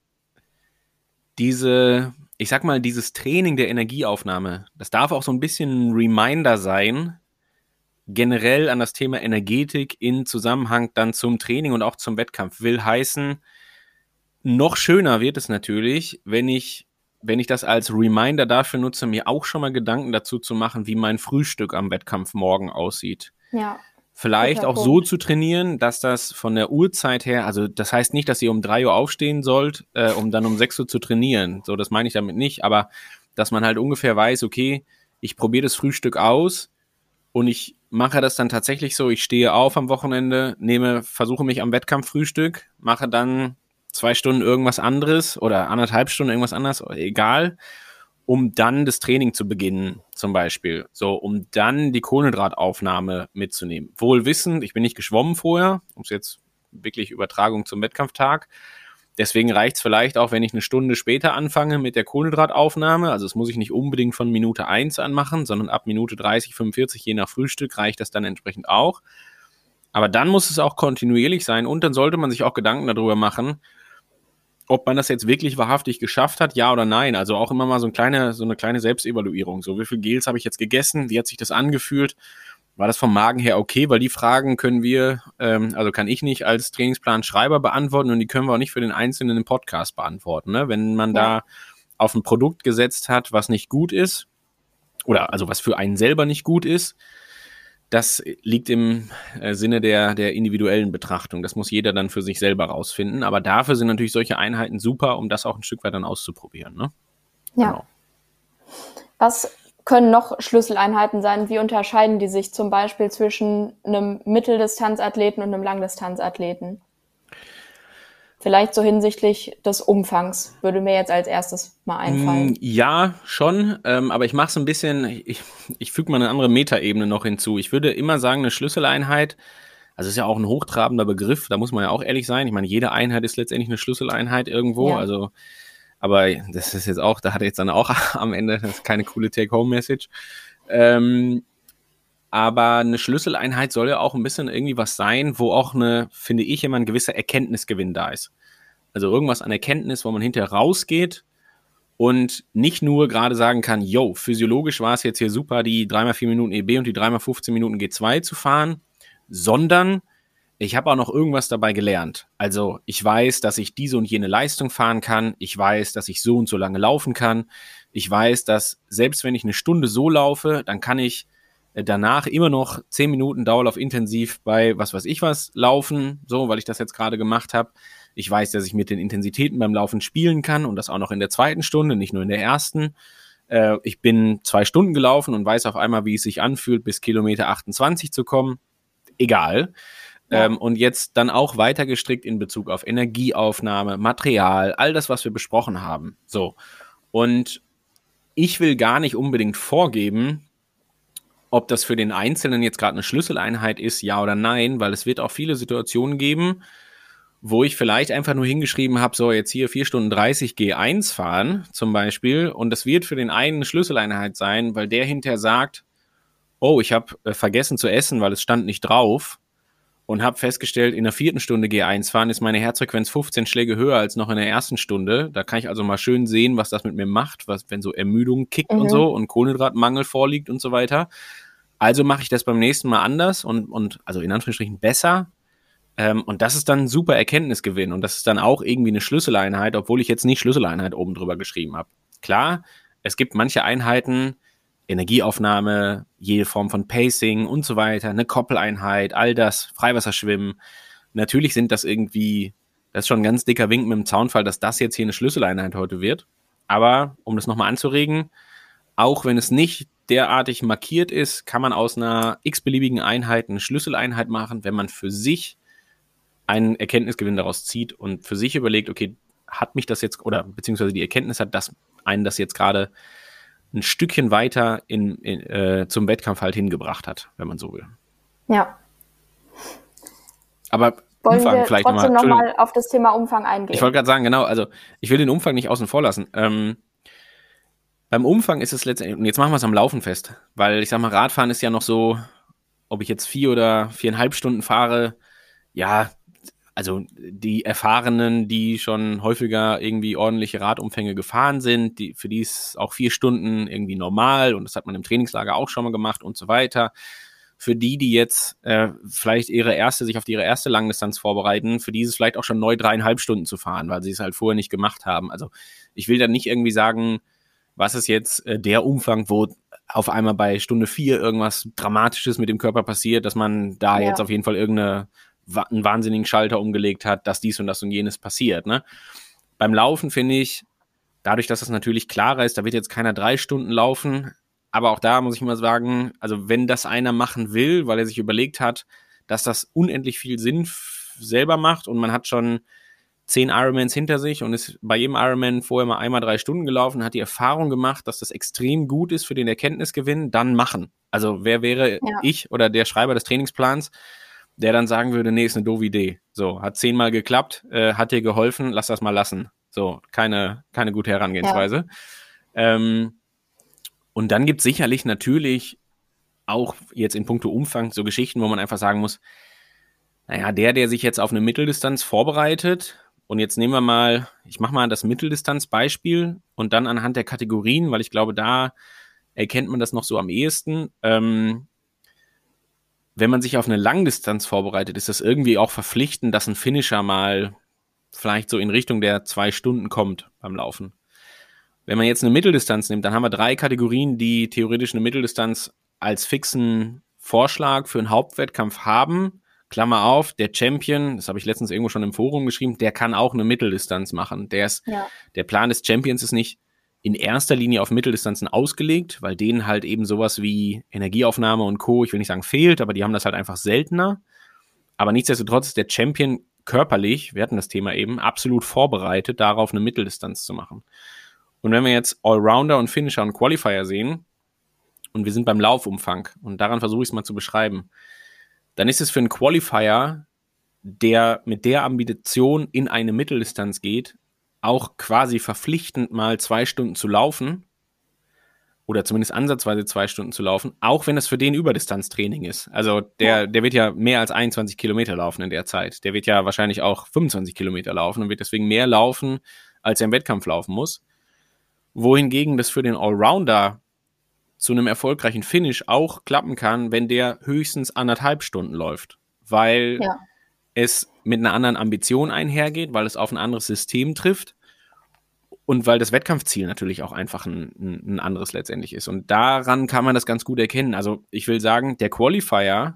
diese, ich sag mal, dieses Training der Energieaufnahme. Das darf auch so ein bisschen ein Reminder sein, generell an das Thema Energetik in Zusammenhang dann zum Training und auch zum Wettkampf. Will heißen, noch schöner wird es natürlich, wenn ich, wenn ich das als Reminder dafür nutze, mir auch schon mal Gedanken dazu zu machen, wie mein Frühstück am Wettkampf morgen aussieht. Ja. Vielleicht Guter auch Punkt. so zu trainieren, dass das von der Uhrzeit her, also das heißt nicht, dass ihr um drei Uhr aufstehen sollt, äh, um dann um sechs Uhr zu trainieren. So, das meine ich damit nicht, aber dass man halt ungefähr weiß, okay, ich probiere das Frühstück aus und ich mache das dann tatsächlich so, ich stehe auf am Wochenende, nehme, versuche mich am Wettkampffrühstück, mache dann zwei Stunden irgendwas anderes oder anderthalb Stunden irgendwas anderes, egal, um dann das Training zu beginnen, zum Beispiel. So, um dann die Kohlenhydrataufnahme mitzunehmen. Wohl wissend, ich bin nicht geschwommen vorher, um es jetzt wirklich Übertragung zum Wettkampftag. Deswegen reicht es vielleicht auch, wenn ich eine Stunde später anfange mit der Kohlenhydrataufnahme. Also das muss ich nicht unbedingt von Minute eins anmachen, sondern ab Minute dreißig, fünfundvierzig, je nach Frühstück, reicht das dann entsprechend auch. Aber dann muss es auch kontinuierlich sein und dann sollte man sich auch Gedanken darüber machen, ob man das jetzt wirklich wahrhaftig geschafft hat, ja oder nein. Also auch immer mal so, ein kleine, so eine kleine Selbstevaluierung. So, wie viel Gels habe ich jetzt gegessen? Wie hat sich das angefühlt? War das vom Magen her okay? Weil die Fragen können wir, ähm, also kann ich nicht als Trainingsplanschreiber beantworten und die können wir auch nicht für den Einzelnen im Podcast beantworten. Ne? Wenn man Ja. da auf ein Produkt gesetzt hat, was nicht gut ist, oder also was für einen selber nicht gut ist, das liegt im äh, Sinne der, der individuellen Betrachtung. Das muss jeder dann für sich selber rausfinden. Aber dafür sind natürlich solche Einheiten super, um das auch ein Stück weit dann auszuprobieren. Ne? Ja. Genau. Was können noch Schlüsseleinheiten sein? Wie unterscheiden die sich zum Beispiel zwischen einem Mitteldistanzathleten und einem Langdistanzathleten? Vielleicht so hinsichtlich des Umfangs, würde mir jetzt als erstes mal einfallen. Ja, schon, ähm, aber ich mache es ein bisschen, ich, ich füge mal eine andere Metaebene noch hinzu. Ich würde immer sagen, eine Schlüsseleinheit, also ist ja auch ein hochtrabender Begriff, da muss man ja auch ehrlich sein. Ich meine, jede Einheit ist letztendlich eine Schlüsseleinheit irgendwo, ja. also, aber das ist jetzt auch, da hat er jetzt dann auch am Ende, das ist keine coole Take-Home-Message. Ähm, aber eine Schlüsseleinheit soll ja auch ein bisschen irgendwie was sein, wo auch eine, finde ich, immer ein gewisser Erkenntnisgewinn da ist. Also irgendwas an Erkenntnis, wo man hinterher rausgeht und nicht nur gerade sagen kann, yo, physiologisch war es jetzt hier super, die drei mal vier Minuten E B und die drei mal fünfzehn Minuten G zwei zu fahren, sondern ich habe auch noch irgendwas dabei gelernt. Also ich weiß, dass ich diese und jene Leistung fahren kann. Ich weiß, dass ich so und so lange laufen kann. Ich weiß, dass selbst wenn ich eine Stunde so laufe, dann kann ich danach immer noch zehn Minuten Dauerlauf intensiv bei was weiß ich was laufen, so, weil ich das jetzt gerade gemacht habe. Ich weiß, dass ich mit den Intensitäten beim Laufen spielen kann und das auch noch in der zweiten Stunde, nicht nur in der ersten. Äh, ich bin zwei Stunden gelaufen und weiß auf einmal, wie es sich anfühlt, bis Kilometer achtundzwanzig zu kommen. Egal. Ja. Ähm, und jetzt dann auch weiter gestrickt in Bezug auf Energieaufnahme, Material, all das, was wir besprochen haben. So. Und ich will gar nicht unbedingt vorgeben, ob das für den Einzelnen jetzt gerade eine Schlüsseleinheit ist, ja oder nein, weil es wird auch viele Situationen geben, wo ich vielleicht einfach nur hingeschrieben habe, so jetzt hier vier Stunden dreißig G eins fahren zum Beispiel und das wird für den einen eine Schlüsseleinheit sein, weil der hinterher sagt, oh, ich habe äh, vergessen zu essen, weil es stand nicht drauf und habe festgestellt, in der vierten Stunde G eins fahren ist meine Herzfrequenz fünfzehn Schläge höher als noch in der ersten Stunde. Da kann ich also mal schön sehen, was das mit mir macht, was, wenn so Ermüdung kickt mhm. und so und Kohlenhydratmangel vorliegt und so weiter. Also mache ich das beim nächsten Mal anders und, und also in Anführungsstrichen besser. Ähm, und das ist dann ein super Erkenntnisgewinn. Und das ist dann auch irgendwie eine Schlüsseleinheit, obwohl ich jetzt nicht Schlüsseleinheit oben drüber geschrieben habe. Klar, es gibt manche Einheiten, Energieaufnahme, jede Form von Pacing und so weiter, eine Koppeleinheit, all das, Freiwasserschwimmen. Natürlich sind das irgendwie, das ist schon ein ganz dicker Wink mit dem Zaunfall, dass das jetzt hier eine Schlüsseleinheit heute wird. Aber um das nochmal anzuregen, auch wenn es nicht derartig markiert ist, kann man aus einer x-beliebigen Einheit eine Schlüsseleinheit machen, wenn man für sich einen Erkenntnisgewinn daraus zieht und für sich überlegt, okay, hat mich das jetzt, oder beziehungsweise die Erkenntnis hat, dass einen das jetzt gerade ein Stückchen weiter in, in, äh, zum Wettkampf halt hingebracht hat, wenn man so will. Ja. Aber wollen Umfang wir vielleicht trotzdem nochmal nochmal auf das Thema Umfang eingehen? Ich wollte gerade sagen, genau, also ich will den Umfang nicht außen vor lassen. Ähm, beim Umfang ist es letztendlich, und jetzt machen wir es am Laufen fest, weil ich sag mal, Radfahren ist ja noch so, ob ich jetzt vier oder viereinhalb Stunden fahre, ja, also die Erfahrenen, die schon häufiger irgendwie ordentliche Radumfänge gefahren sind, die, für die ist auch vier Stunden irgendwie normal und das hat man im Trainingslager auch schon mal gemacht und so weiter. Für die, die jetzt äh, vielleicht ihre erste, sich auf ihre erste Langdistanz vorbereiten, für die ist es vielleicht auch schon neu, dreieinhalb Stunden zu fahren, weil sie es halt vorher nicht gemacht haben. Also ich will da nicht irgendwie sagen, was ist jetzt äh, der Umfang, wo auf einmal bei Stunde vier irgendwas Dramatisches mit dem Körper passiert, dass man da ja. jetzt auf jeden Fall irgendeine einen wahnsinnigen Schalter umgelegt hat, dass dies und das und jenes passiert. Ne? Beim Laufen finde ich, dadurch, dass das natürlich klarer ist, da wird jetzt keiner drei Stunden laufen, aber auch da muss ich mal sagen, also wenn das einer machen will, weil er sich überlegt hat, dass das unendlich viel Sinn f- selber macht und man hat schon zehn Ironmans hinter sich und ist bei jedem Ironman vorher mal einmal drei Stunden gelaufen, hat die Erfahrung gemacht, dass das extrem gut ist für den Erkenntnisgewinn, dann machen. Also wer wäre ja. ich oder der Schreiber des Trainingsplans, der dann sagen würde, nee, ist eine doofe Idee. So, hat zehnmal geklappt, äh, hat dir geholfen, lass das mal lassen. So, keine, keine gute Herangehensweise. Ja. Ähm, und dann gibt es sicherlich natürlich auch jetzt in puncto Umfang so Geschichten, wo man einfach sagen muss, naja, der, der sich jetzt auf eine Mitteldistanz vorbereitet und jetzt nehmen wir mal, ich mache mal das Mitteldistanzbeispiel und dann anhand der Kategorien, weil ich glaube, da erkennt man das noch so am ehesten, ähm, wenn man sich auf eine Langdistanz vorbereitet, ist das irgendwie auch verpflichtend, dass ein Finisher mal vielleicht so in Richtung der zwei Stunden kommt beim Laufen. Wenn man jetzt eine Mitteldistanz nimmt, dann haben wir drei Kategorien, die theoretisch eine Mitteldistanz als fixen Vorschlag für einen Hauptwettkampf haben, Klammer auf, der Champion, das habe ich letztens irgendwo schon im Forum geschrieben, der kann auch eine Mitteldistanz machen. Der, ist, Ja. der Plan des Champions ist nicht in erster Linie auf Mitteldistanzen ausgelegt, weil denen halt eben sowas wie Energieaufnahme und Co., ich will nicht sagen fehlt, aber die haben das halt einfach seltener. Aber nichtsdestotrotz ist der Champion körperlich, wir hatten das Thema eben, absolut vorbereitet, darauf eine Mitteldistanz zu machen. Und wenn wir jetzt Allrounder und Finisher und Qualifier sehen, und wir sind beim Laufumfang, und daran versuche ich es mal zu beschreiben, dann ist es für einen Qualifier, der mit der Ambition in eine Mitteldistanz geht, auch quasi verpflichtend mal zwei Stunden zu laufen oder zumindest ansatzweise zwei Stunden zu laufen, auch wenn es für den Überdistanztraining ist. Also der, der wird ja mehr als einundzwanzig Kilometer laufen in der Zeit. Der wird ja wahrscheinlich auch fünfundzwanzig Kilometer laufen und wird deswegen mehr laufen, als er im Wettkampf laufen muss. Wohingegen das für den Allrounder zu einem erfolgreichen Finish auch klappen kann, wenn der höchstens anderthalb Stunden läuft, weil Ja. es mit einer anderen Ambition einhergeht, weil es auf ein anderes System trifft und weil das Wettkampfziel natürlich auch einfach ein, ein anderes letztendlich ist. Und daran kann man das ganz gut erkennen. Also ich will sagen, der Qualifier,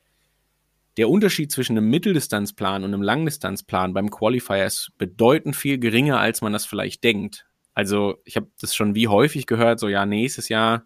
der Unterschied zwischen einem Mitteldistanzplan und einem Langdistanzplan beim Qualifier ist bedeutend viel geringer, als man das vielleicht denkt. Also ich habe das schon wie häufig gehört, so ja, nächstes Jahr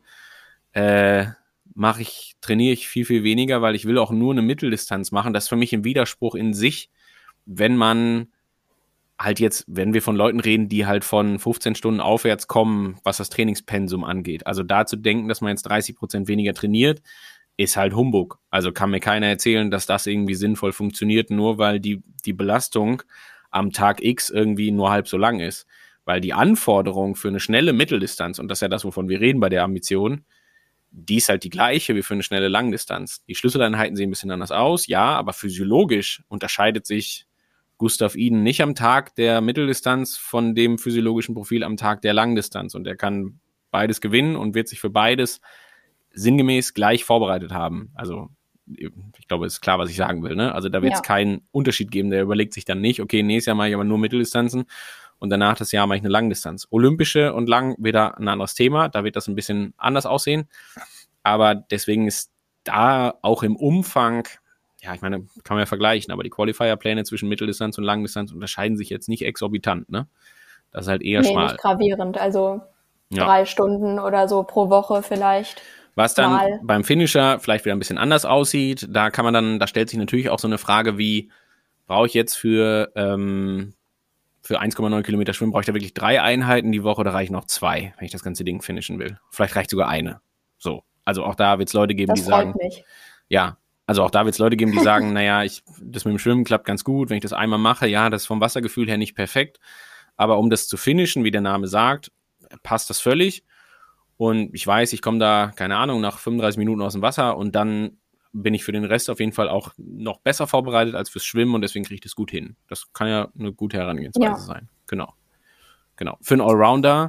äh, mache ich, trainiere ich viel, viel weniger, weil ich will auch nur eine Mitteldistanz machen. Das ist für mich ein Widerspruch in sich, wenn man halt jetzt, wenn wir von Leuten reden, die halt von fünfzehn Stunden aufwärts kommen, was das Trainingspensum angeht. Also da zu denken, dass man jetzt dreißig Prozent weniger trainiert, ist halt Humbug. Also kann mir keiner erzählen, dass das irgendwie sinnvoll funktioniert, nur weil die, die Belastung am Tag X irgendwie nur halb so lang ist. Weil die Anforderung für eine schnelle Mitteldistanz, und das ist ja das, wovon wir reden bei der Ambition, die ist halt die gleiche wie für eine schnelle Langdistanz. Die Schlüsseleinheiten sehen ein bisschen anders aus, ja, aber physiologisch unterscheidet sich Gustav Iden nicht am Tag der Mitteldistanz von dem physiologischen Profil am Tag der Langdistanz. Und er kann beides gewinnen und wird sich für beides sinngemäß gleich vorbereitet haben. Also ich glaube, es ist klar, was ich sagen will. Ne? Also da wird es Ja. keinen Unterschied geben. Der überlegt sich dann nicht, okay, nächstes Jahr mache ich aber nur Mitteldistanzen und danach das Jahr mache ich eine Langdistanz. Olympische und Lang wieder ein anderes Thema. Da wird das ein bisschen anders aussehen. Aber deswegen ist da auch im Umfang, ja, ich meine, kann man ja vergleichen, aber die Qualifier-Pläne zwischen Mitteldistanz und Langdistanz unterscheiden sich jetzt nicht exorbitant. Ne? Das ist halt eher Nee, schmal. nicht gravierend. Also Ja. drei Stunden oder so pro Woche vielleicht. Was dann Mal. beim Finisher vielleicht wieder ein bisschen anders aussieht, da kann man dann, da stellt sich natürlich auch so eine Frage wie, brauche ich jetzt für, ähm, für eins Komma neun Kilometer Schwimmen, brauche ich da wirklich drei Einheiten die Woche oder reichen noch zwei, wenn ich das ganze Ding finishen will? Vielleicht reicht sogar eine. So. Also auch da wird es Leute geben, Das die freut sagen, mich. ja, also auch da wird es Leute geben, die sagen, naja, ich, das mit dem Schwimmen klappt ganz gut, wenn ich das einmal mache, ja, das ist vom Wassergefühl her nicht perfekt, aber um das zu finishen, wie der Name sagt, passt das völlig. Und ich weiß, ich komme da, keine Ahnung, nach fünfunddreißig Minuten aus dem Wasser und dann bin ich für den Rest auf jeden Fall auch noch besser vorbereitet als fürs Schwimmen und deswegen kriege ich das gut hin. Das kann ja eine gute Herangehensweise Ja. sein. Genau. Genau. Für einen Allrounder,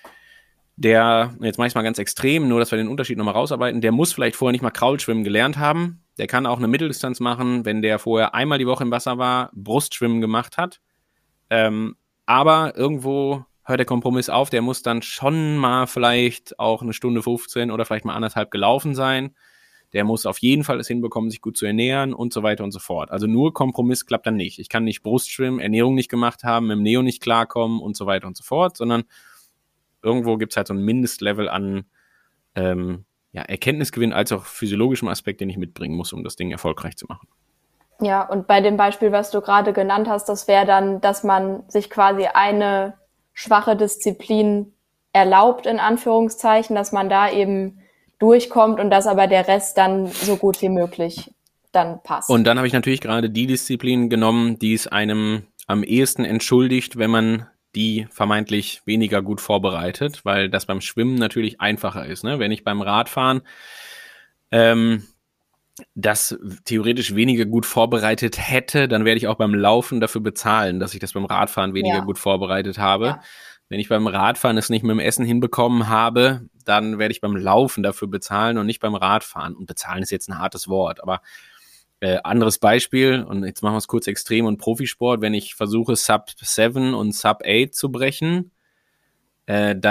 der, jetzt mache ich es mal ganz extrem, nur dass wir den Unterschied nochmal rausarbeiten, der muss vielleicht vorher nicht mal Kraulschwimmen gelernt haben. Der kann auch eine Mitteldistanz machen, wenn der vorher einmal die Woche im Wasser war, Brustschwimmen gemacht hat. Ähm, aber irgendwo hört der Kompromiss auf, der muss dann schon mal vielleicht auch eine Stunde fünfzehn oder vielleicht mal anderthalb gelaufen sein. Der muss auf jeden Fall es hinbekommen, sich gut zu ernähren und so weiter und so fort. Also nur Kompromiss klappt dann nicht. Ich kann nicht Brustschwimmen, Ernährung nicht gemacht haben, mit dem Neo nicht klarkommen und so weiter und so fort, sondern irgendwo gibt es halt so ein Mindestlevel an ähm, ja, Erkenntnisgewinn als auch physiologischem Aspekt, den ich mitbringen muss, um das Ding erfolgreich zu machen. Ja, und bei dem Beispiel, was du gerade genannt hast, das wäre dann, dass man sich quasi eine schwache Disziplin erlaubt, in Anführungszeichen, dass man da eben durchkommt und dass aber der Rest dann so gut wie möglich dann passt. Und dann habe ich natürlich gerade die Disziplin genommen, die es einem am ehesten entschuldigt, wenn man die vermeintlich weniger gut vorbereitet, weil das beim Schwimmen natürlich einfacher ist. Ne? Wenn ich beim Radfahren ähm, das theoretisch weniger gut vorbereitet hätte, dann werde ich auch beim Laufen dafür bezahlen, dass ich das beim Radfahren weniger Ja. gut vorbereitet habe. Ja. Wenn ich beim Radfahren es nicht mit dem Essen hinbekommen habe, dann werde ich beim Laufen dafür bezahlen und nicht beim Radfahren. Und bezahlen ist jetzt ein hartes Wort, aber äh, anderes Beispiel, und jetzt machen wir es kurz Extrem- und Profisport, wenn ich versuche Sub sieben und Sub acht zu brechen, äh, dann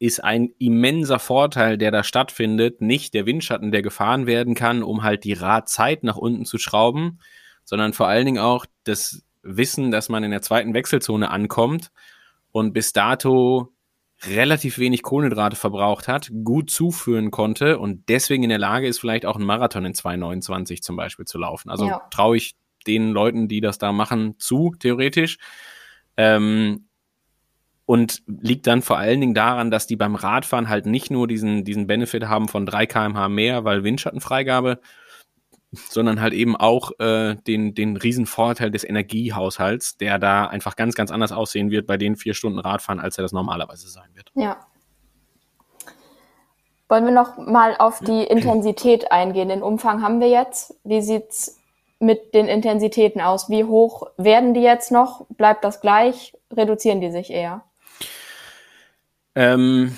ist ein immenser Vorteil, der da stattfindet, nicht der Windschatten, der gefahren werden kann, um halt die Radzeit nach unten zu schrauben, sondern vor allen Dingen auch das Wissen, dass man in der zweiten Wechselzone ankommt und bis dato relativ wenig Kohlenhydrate verbraucht hat, gut zuführen konnte und deswegen in der Lage ist, vielleicht auch einen Marathon in zwei neunundzwanzig zum Beispiel zu laufen. Also Ja. traue ich den Leuten, die das da machen, zu, theoretisch. Ähm, und liegt dann vor allen Dingen daran, dass die beim Radfahren halt nicht nur diesen, diesen Benefit haben von drei Kilometer pro Stunde mehr, weil Windschattenfreigabe, sondern halt eben auch äh, den, den riesen Vorteil des Energiehaushalts, der da einfach ganz, ganz anders aussehen wird bei den vier Stunden Radfahren, als er das normalerweise sein wird. Ja. Wollen wir noch mal auf die Intensität eingehen? Den Umfang haben wir jetzt. Wie sieht's mit den Intensitäten aus? Wie hoch werden die jetzt noch? Bleibt das gleich? Reduzieren die sich eher? Ähm,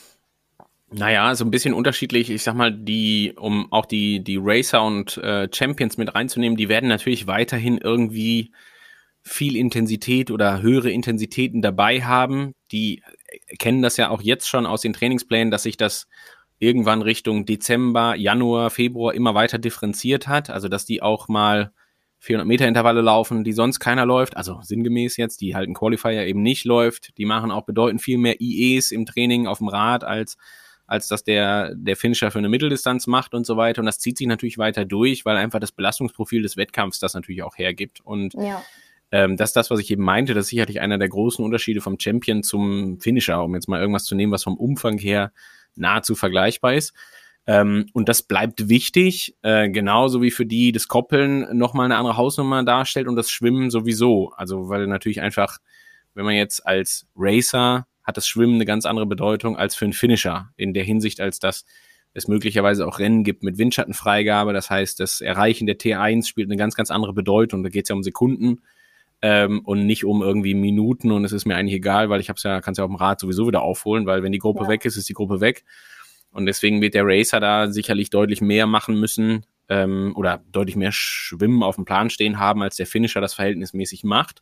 naja, so ein bisschen unterschiedlich. Ich sag mal, die, um auch die, die Racer und äh, Champions mit reinzunehmen, die werden natürlich weiterhin irgendwie viel Intensität oder höhere Intensitäten dabei haben. Die kennen das ja auch jetzt schon aus den Trainingsplänen, dass sich das irgendwann Richtung Dezember, Januar, Februar immer weiter differenziert hat. Also, dass die auch mal vierhundert Meter Intervalle laufen, die sonst keiner läuft. Also sinngemäß jetzt, die halt ein Qualifier eben nicht läuft. Die machen auch bedeutend viel mehr I Es im Training auf dem Rad, als als dass der, der Finisher für eine Mitteldistanz macht und so weiter. Und das zieht sich natürlich weiter durch, weil einfach das Belastungsprofil des Wettkampfs das natürlich auch hergibt. Und Ja. ähm, das ist das, was ich eben meinte. Das ist sicherlich einer der großen Unterschiede vom Champion zum Finisher, um jetzt mal irgendwas zu nehmen, was vom Umfang her nahezu vergleichbar ist. Ähm, und das bleibt wichtig, äh, genauso wie für die das Koppeln nochmal eine andere Hausnummer darstellt und das Schwimmen sowieso. Also weil natürlich einfach, wenn man jetzt als Racer hat das Schwimmen eine ganz andere Bedeutung als für einen Finisher, in der Hinsicht, als dass es möglicherweise auch Rennen gibt mit Windschattenfreigabe. Das heißt, das Erreichen der T eins spielt eine ganz, ganz andere Bedeutung. Da geht es ja um Sekunden ähm, und nicht um irgendwie Minuten. Und es ist mir eigentlich egal, weil ich hab's ja, kann es ja auf dem Rad sowieso wieder aufholen, weil wenn die Gruppe Ja. weg ist, ist die Gruppe weg. Und deswegen wird der Racer da sicherlich deutlich mehr machen müssen ähm, oder deutlich mehr Schwimmen auf dem Plan stehen haben, als der Finisher das verhältnismäßig macht.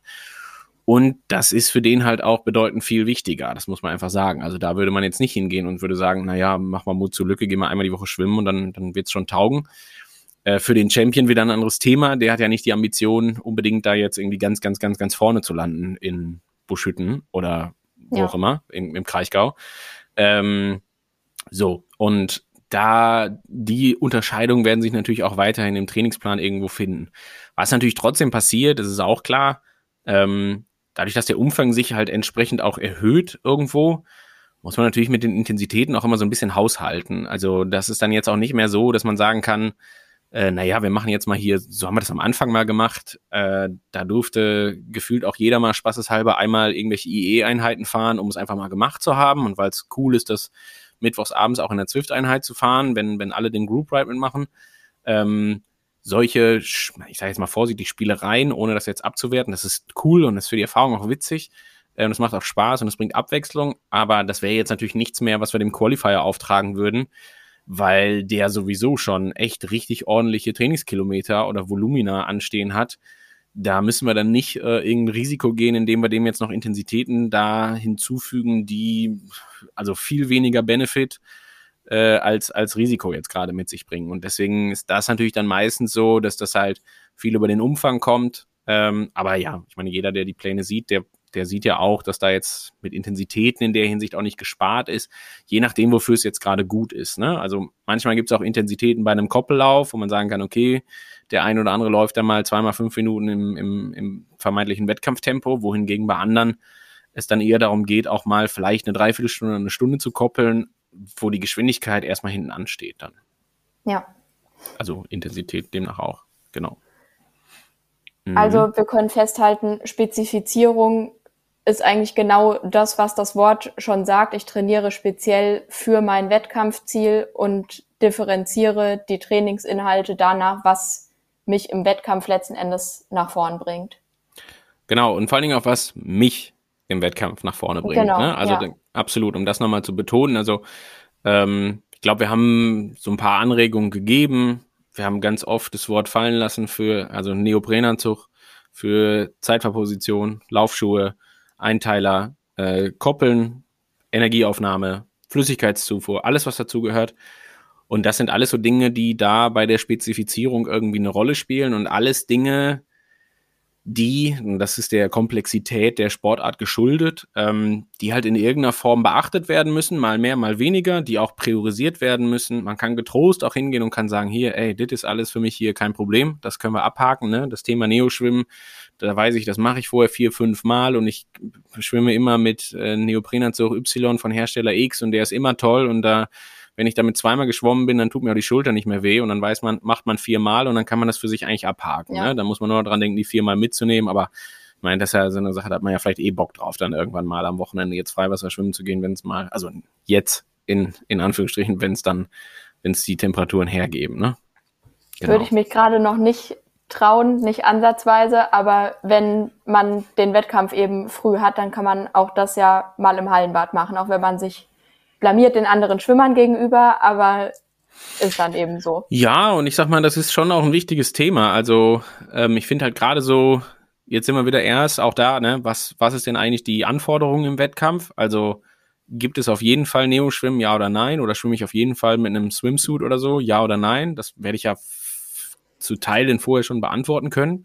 Und das ist für den halt auch bedeutend viel wichtiger, das muss man einfach sagen. Also da würde man jetzt nicht hingehen und würde sagen, naja, mach mal Mut zur Lücke, geh mal einmal die Woche schwimmen und dann, dann wird's schon taugen. Äh, für den Champion wieder ein anderes Thema. Der hat ja nicht die Ambition, unbedingt da jetzt irgendwie ganz, ganz, ganz, ganz vorne zu landen in Buschhütten oder wo Ja. auch immer, in, im Kraichgau. Ähm, so, und da die Unterscheidungen werden sich natürlich auch weiterhin im Trainingsplan irgendwo finden. Was natürlich trotzdem passiert, das ist auch klar, ähm, dadurch, dass der Umfang sich halt entsprechend auch erhöht irgendwo, muss man natürlich mit den Intensitäten auch immer so ein bisschen haushalten. Also das ist dann jetzt auch nicht mehr so, dass man sagen kann, äh, naja, wir machen jetzt mal hier, so haben wir das am Anfang mal gemacht, äh, da durfte gefühlt auch jeder mal spaßeshalber einmal irgendwelche I E-Einheiten fahren, um es einfach mal gemacht zu haben und weil es cool ist, das mittwochs abends auch in der Zwift-Einheit zu fahren, wenn, wenn alle den Group Ride mitmachen. Ähm, solche, ich sage jetzt mal vorsichtig, Spielereien, ohne das jetzt abzuwerten, das ist cool und das ist für die Erfahrung auch witzig äh, und es macht auch Spaß und es bringt Abwechslung, aber das wäre jetzt natürlich nichts mehr, was wir dem Qualifier auftragen würden, weil der sowieso schon echt richtig ordentliche Trainingskilometer oder Volumina anstehen hat. Da müssen wir dann nicht äh, irgendein Risiko gehen, indem wir dem jetzt noch Intensitäten da hinzufügen, die also viel weniger Benefit äh, als, als Risiko jetzt gerade mit sich bringen. Und deswegen ist das natürlich dann meistens so, dass das halt viel über den Umfang kommt. Ähm, aber ja, ich meine, jeder, der die Pläne sieht, der, der sieht ja auch, dass da jetzt mit Intensitäten in der Hinsicht auch nicht gespart ist, je nachdem, wofür es jetzt gerade gut ist. Ne? Also manchmal gibt es auch Intensitäten bei einem Koppellauf, wo man sagen kann, okay, der ein oder andere läuft dann mal zweimal fünf Minuten im, im, im vermeintlichen Wettkampftempo, wohingegen bei anderen es dann eher darum geht, auch mal vielleicht eine Dreiviertelstunde oder eine Stunde zu koppeln, wo die Geschwindigkeit erstmal hinten ansteht dann. Ja. Also Intensität demnach auch, genau. Mhm. Also wir können festhalten, Spezifizierung ist eigentlich genau das, was das Wort schon sagt. Ich trainiere speziell für mein Wettkampfziel und differenziere die Trainingsinhalte danach, was mich im Wettkampf letzten Endes nach vorn bringt. Genau, und vor allen Dingen auch, was mich im Wettkampf nach vorne bringt. Genau, Ne? Also ja. da, absolut, um das nochmal zu betonen. Also ähm, ich glaube, wir haben so ein paar Anregungen gegeben. Wir haben ganz oft das Wort fallen lassen für, also Neoprenanzug, für Zeitfahrposition, Laufschuhe, Einteiler, äh, Koppeln, Energieaufnahme, Flüssigkeitszufuhr, alles, was dazugehört. Und das sind alles so Dinge, die da bei der Spezifizierung irgendwie eine Rolle spielen und alles Dinge, die, und das ist der Komplexität der Sportart geschuldet, ähm, die halt in irgendeiner Form beachtet werden müssen, mal mehr, mal weniger, die auch priorisiert werden müssen. Man kann getrost auch hingehen und kann sagen, hier, ey, das ist alles für mich hier kein Problem, das können wir abhaken, ne? Das Thema Neoschwimmen, da weiß ich, das mache ich vorher vier, fünf Mal und ich schwimme immer mit äh, Neoprenanzug Y von Hersteller X und der ist immer toll und da wenn ich damit zweimal geschwommen bin, dann tut mir auch die Schulter nicht mehr weh und dann weiß man, macht man viermal und dann kann man das für sich eigentlich abhaken. Ja. Ne? Da muss man nur dran denken, die viermal mitzunehmen, aber ich meine, das ist ja so eine Sache, da hat man ja vielleicht eh Bock drauf, dann irgendwann mal am Wochenende jetzt Freiwasser schwimmen zu gehen, wenn es mal, also jetzt in, in Anführungsstrichen, wenn es dann, wenn es die Temperaturen hergeben. Ne? Genau. Würde ich mich gerade noch nicht trauen, nicht ansatzweise, aber wenn man den Wettkampf eben früh hat, dann kann man auch das ja mal im Hallenbad machen, auch wenn man sich blamiert den anderen Schwimmern gegenüber, aber ist dann eben so. Ja, und ich sag mal, das ist schon auch ein wichtiges Thema. Also ähm, ich finde halt gerade so, jetzt sind wir wieder erst auch da, ne, was, was ist denn eigentlich die Anforderung im Wettkampf? Also gibt es auf jeden Fall Neoschwimmen, ja oder nein? Oder schwimme ich auf jeden Fall mit einem Swimsuit oder so, ja oder nein? Das werde ich ja f- zu Teilen vorher schon beantworten können.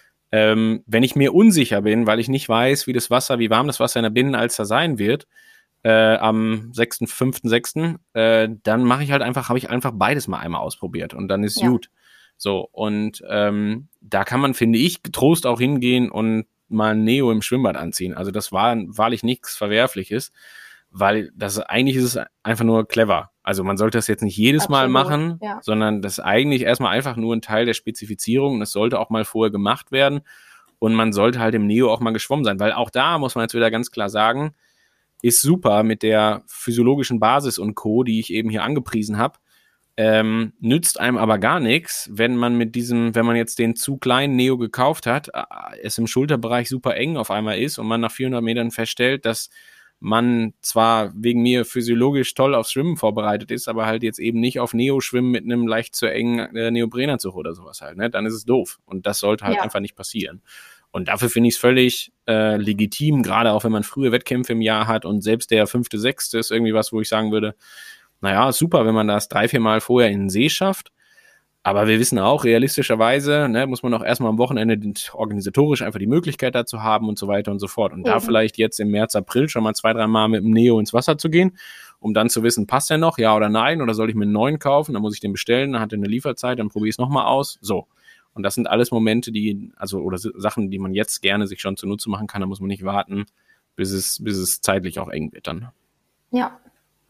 Ähm, wenn ich mir unsicher bin, weil ich nicht weiß, wie das Wasser, wie warm das Wasser in der Binnenalster sein wird, Äh, am sechsten, fünften, sechsten Äh, dann mache ich halt einfach, habe ich einfach beides mal einmal ausprobiert und dann ist ja. gut. So, und ähm, da kann man, finde ich, getrost auch hingehen und mal ein Neo im Schwimmbad anziehen. Also das war wahrlich nichts Verwerfliches, weil das eigentlich ist es einfach nur clever. Also man sollte das jetzt nicht jedes Absolut, Mal machen, ja. sondern das ist eigentlich erstmal einfach nur ein Teil der Spezifizierung und es sollte auch mal vorher gemacht werden und man sollte halt im Neo auch mal geschwommen sein, weil auch da muss man jetzt wieder ganz klar sagen, ist super mit der physiologischen Basis und Co., die ich eben hier angepriesen habe, ähm, nützt einem aber gar nichts, wenn man mit diesem, wenn man jetzt den zu kleinen Neo gekauft hat, es im Schulterbereich super eng auf einmal ist und man nach vierhundert Metern feststellt, dass man zwar wegen mir physiologisch toll aufs Schwimmen vorbereitet ist, aber halt jetzt eben nicht auf Neo-Schwimmen mit einem leicht zu engen äh, Neoprenanzug oder sowas halt, ne? Dann ist es doof und das sollte halt ja. einfach nicht passieren. Und dafür finde ich es völlig äh, legitim, gerade auch wenn man frühe Wettkämpfe im Jahr hat und selbst der fünfte, sechste ist irgendwie was, wo ich sagen würde, naja, super, wenn man das drei, vier Mal vorher in den See schafft. Aber wir wissen auch, realistischerweise ne, muss man auch erstmal am Wochenende organisatorisch einfach die Möglichkeit dazu haben und so weiter und so fort. Und mhm. da vielleicht jetzt im März, April schon mal zwei, drei Mal mit dem Neo ins Wasser zu gehen, um dann zu wissen, passt der noch, ja oder nein, oder soll ich mir einen neuen kaufen, dann muss ich den bestellen, dann hat er eine Lieferzeit, dann probiere ich es nochmal aus. So. Und das sind alles Momente, die, also, oder Sachen, die man jetzt gerne sich schon zunutze machen kann. Da muss man nicht warten, bis es, bis es zeitlich auch eng wird dann. Ja.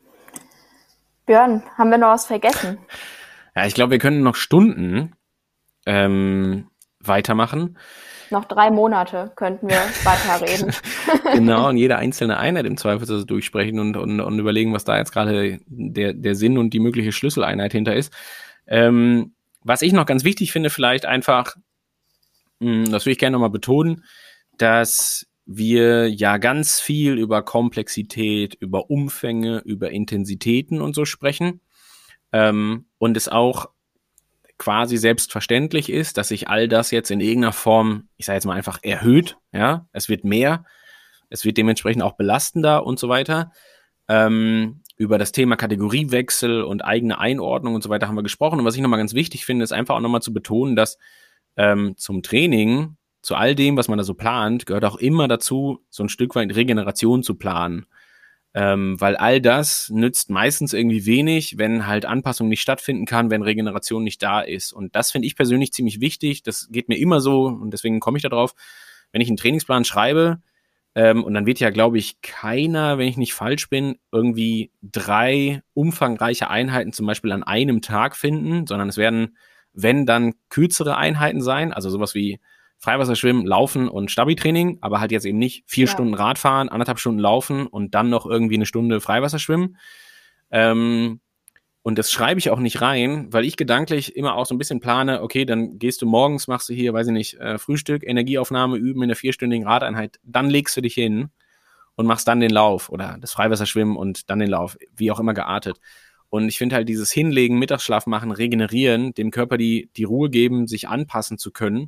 Björn, haben wir noch was vergessen? Ja, ich glaube, wir können noch Stunden ähm, weitermachen. Noch drei Monate könnten wir weiterreden. Genau, und jede einzelne Einheit im Zweifelsfall durchsprechen und, und, und überlegen, was da jetzt gerade der, der Sinn und die mögliche Schlüsseleinheit hinter ist. Ähm, Was ich noch ganz wichtig finde, vielleicht einfach, das will ich gerne nochmal betonen, dass wir ja ganz viel über Komplexität, über Umfänge, über Intensitäten und so sprechen ähm, und es auch quasi selbstverständlich ist, dass sich all das jetzt in irgendeiner Form, ich sage jetzt mal einfach erhöht, ja, es wird mehr, es wird dementsprechend auch belastender und so weiter. Ähm, über das Thema Kategoriewechsel und eigene Einordnung und so weiter haben wir gesprochen. Und was ich nochmal ganz wichtig finde, ist einfach auch nochmal zu betonen, dass ähm, zum Training, zu all dem, was man da so plant, gehört auch immer dazu, so ein Stück weit Regeneration zu planen. Ähm, weil all das nützt meistens irgendwie wenig, wenn halt Anpassung nicht stattfinden kann, wenn Regeneration nicht da ist. Und das finde ich persönlich ziemlich wichtig. Das geht mir immer so und deswegen komme ich da drauf. Wenn ich einen Trainingsplan schreibe, Ähm, und dann wird ja, glaube ich, keiner, wenn ich nicht falsch bin, irgendwie drei umfangreiche Einheiten zum Beispiel an einem Tag finden, sondern es werden, wenn dann kürzere Einheiten sein, also sowas wie Freiwasserschwimmen, Laufen und Stabi-Training, aber halt jetzt eben nicht vier ja. Stunden Radfahren, anderthalb Stunden Laufen und dann noch irgendwie eine Stunde Freiwasserschwimmen. Ähm, Und das schreibe ich auch nicht rein, weil ich gedanklich immer auch so ein bisschen plane, okay, dann gehst du morgens, machst du hier, weiß ich nicht, äh, Frühstück, Energieaufnahme üben in der vierstündigen Radeinheit, dann legst du dich hin und machst dann den Lauf oder das Freiwasserschwimmen und dann den Lauf, wie auch immer geartet. Und ich finde halt dieses Hinlegen, Mittagsschlaf machen, regenerieren, dem Körper die, die Ruhe geben, sich anpassen zu können,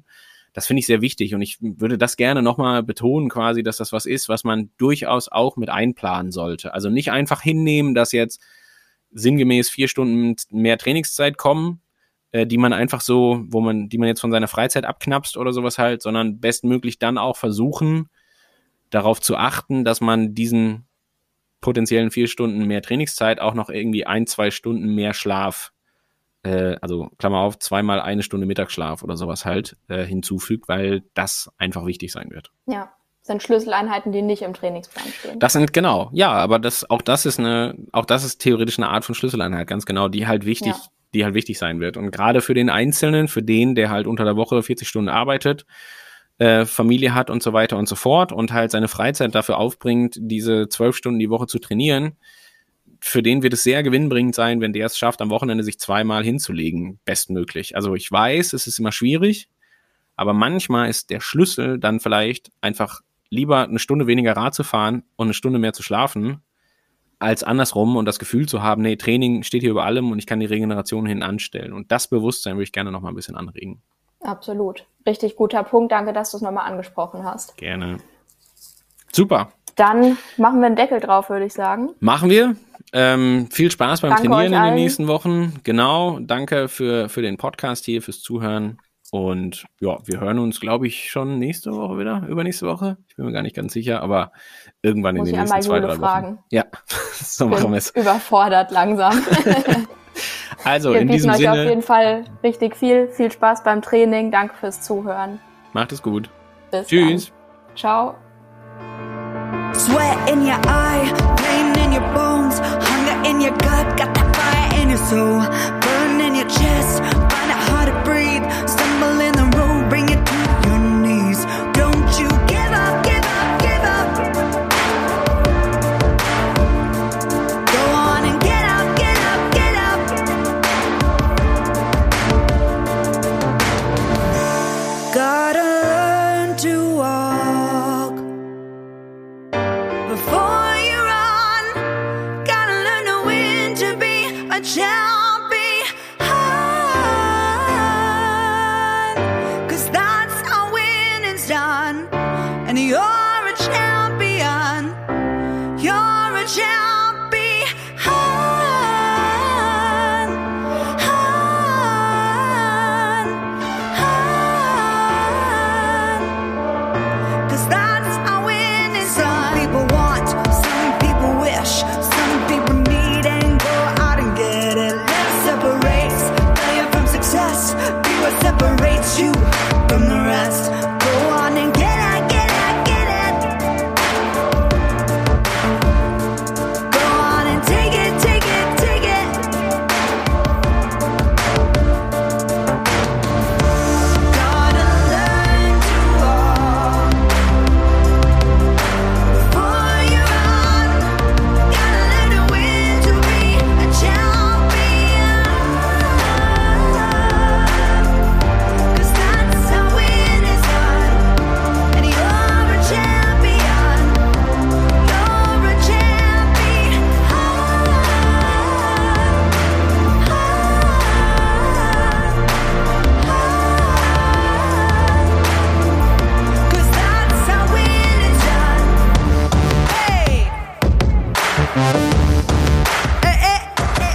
Das finde ich sehr wichtig und ich würde das gerne nochmal betonen quasi, dass das was ist, was man durchaus auch mit einplanen sollte. Also nicht einfach hinnehmen, dass jetzt sinngemäß vier Stunden mehr Trainingszeit kommen, äh, die man einfach so, wo man, die man jetzt von seiner Freizeit abknapst oder sowas halt, sondern bestmöglich dann auch versuchen, darauf zu achten, dass man diesen potenziellen vier Stunden mehr Trainingszeit auch noch irgendwie ein, zwei Stunden mehr Schlaf, äh, also Klammer auf, zweimal eine Stunde Mittagsschlaf oder sowas halt äh, hinzufügt, weil das einfach wichtig sein wird. Ja, das sind Schlüsseleinheiten, die nicht im Trainingsplan stehen. Das sind, genau, ja, aber das, auch das ist eine, auch das ist theoretisch eine Art von Schlüsseleinheit, ganz genau, die halt wichtig, ja. die halt wichtig sein wird. Und gerade für den Einzelnen, für den, der halt unter der Woche vierzig Stunden arbeitet, äh, Familie hat und so weiter und so fort und halt seine Freizeit dafür aufbringt, diese zwölf Stunden die Woche zu trainieren, für den wird es sehr gewinnbringend sein, wenn der es schafft, am Wochenende sich zweimal hinzulegen, bestmöglich. Also ich weiß, es ist immer schwierig, aber manchmal ist der Schlüssel dann vielleicht einfach lieber eine Stunde weniger Rad zu fahren und eine Stunde mehr zu schlafen, als andersrum und das Gefühl zu haben, nee, Training steht hier über allem und ich kann die Regeneration hin anstellen. Und das Bewusstsein würde ich gerne noch mal ein bisschen anregen. Absolut. Richtig guter Punkt. Danke, dass du es nochmal angesprochen hast. Gerne. Super. Dann machen wir einen Deckel drauf, würde ich sagen. Machen wir. Ähm, viel Spaß beim Danke Trainieren in den allen. nächsten Wochen. Genau. Danke für, für den Podcast hier, fürs Zuhören. Und ja, wir hören uns, glaube ich, schon nächste Woche wieder, übernächste Woche. Ich bin mir gar nicht ganz sicher, aber irgendwann Muss in den ich nächsten zwei, Jule drei Wochen. fragen. Ja, so Bin machen wir es. überfordert langsam. Also wir in bieten diesem euch Sinne, auf jeden Fall richtig viel. Viel Spaß beim Training. Danke fürs Zuhören. macht es gut. Bis Tschüss. dann. Ciao. Sweat in your eye, pain in your bones, hunger in your gut, got that fire in your soul, burn in your chest, find it hard to breathe, stumble in the road, bring it to your knees. Don't you give up, give up, give up. Go on and get up, get up, get up. Gotta learn to walk before you run, gotta learn to win to be a champion, 'cause that's how winning's done, and you're a champion, you're a champion. Separates you from the rest. Go on and get it, get it, get it. Go on and take it, take it, take it. Gotta learn to walk before you run. Gotta learn to win to be a champion.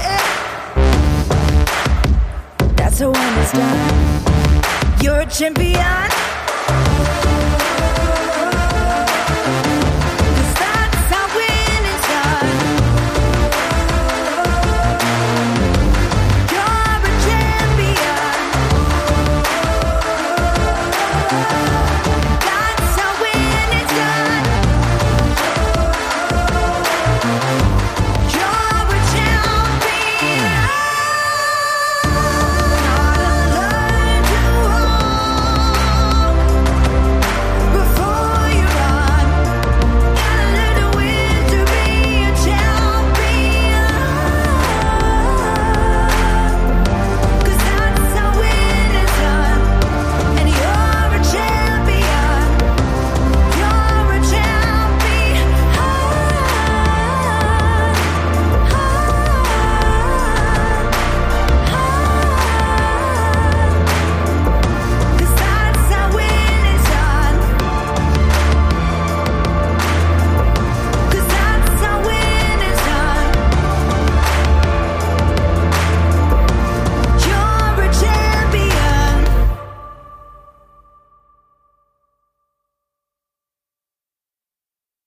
That's when it's done. You're a champion.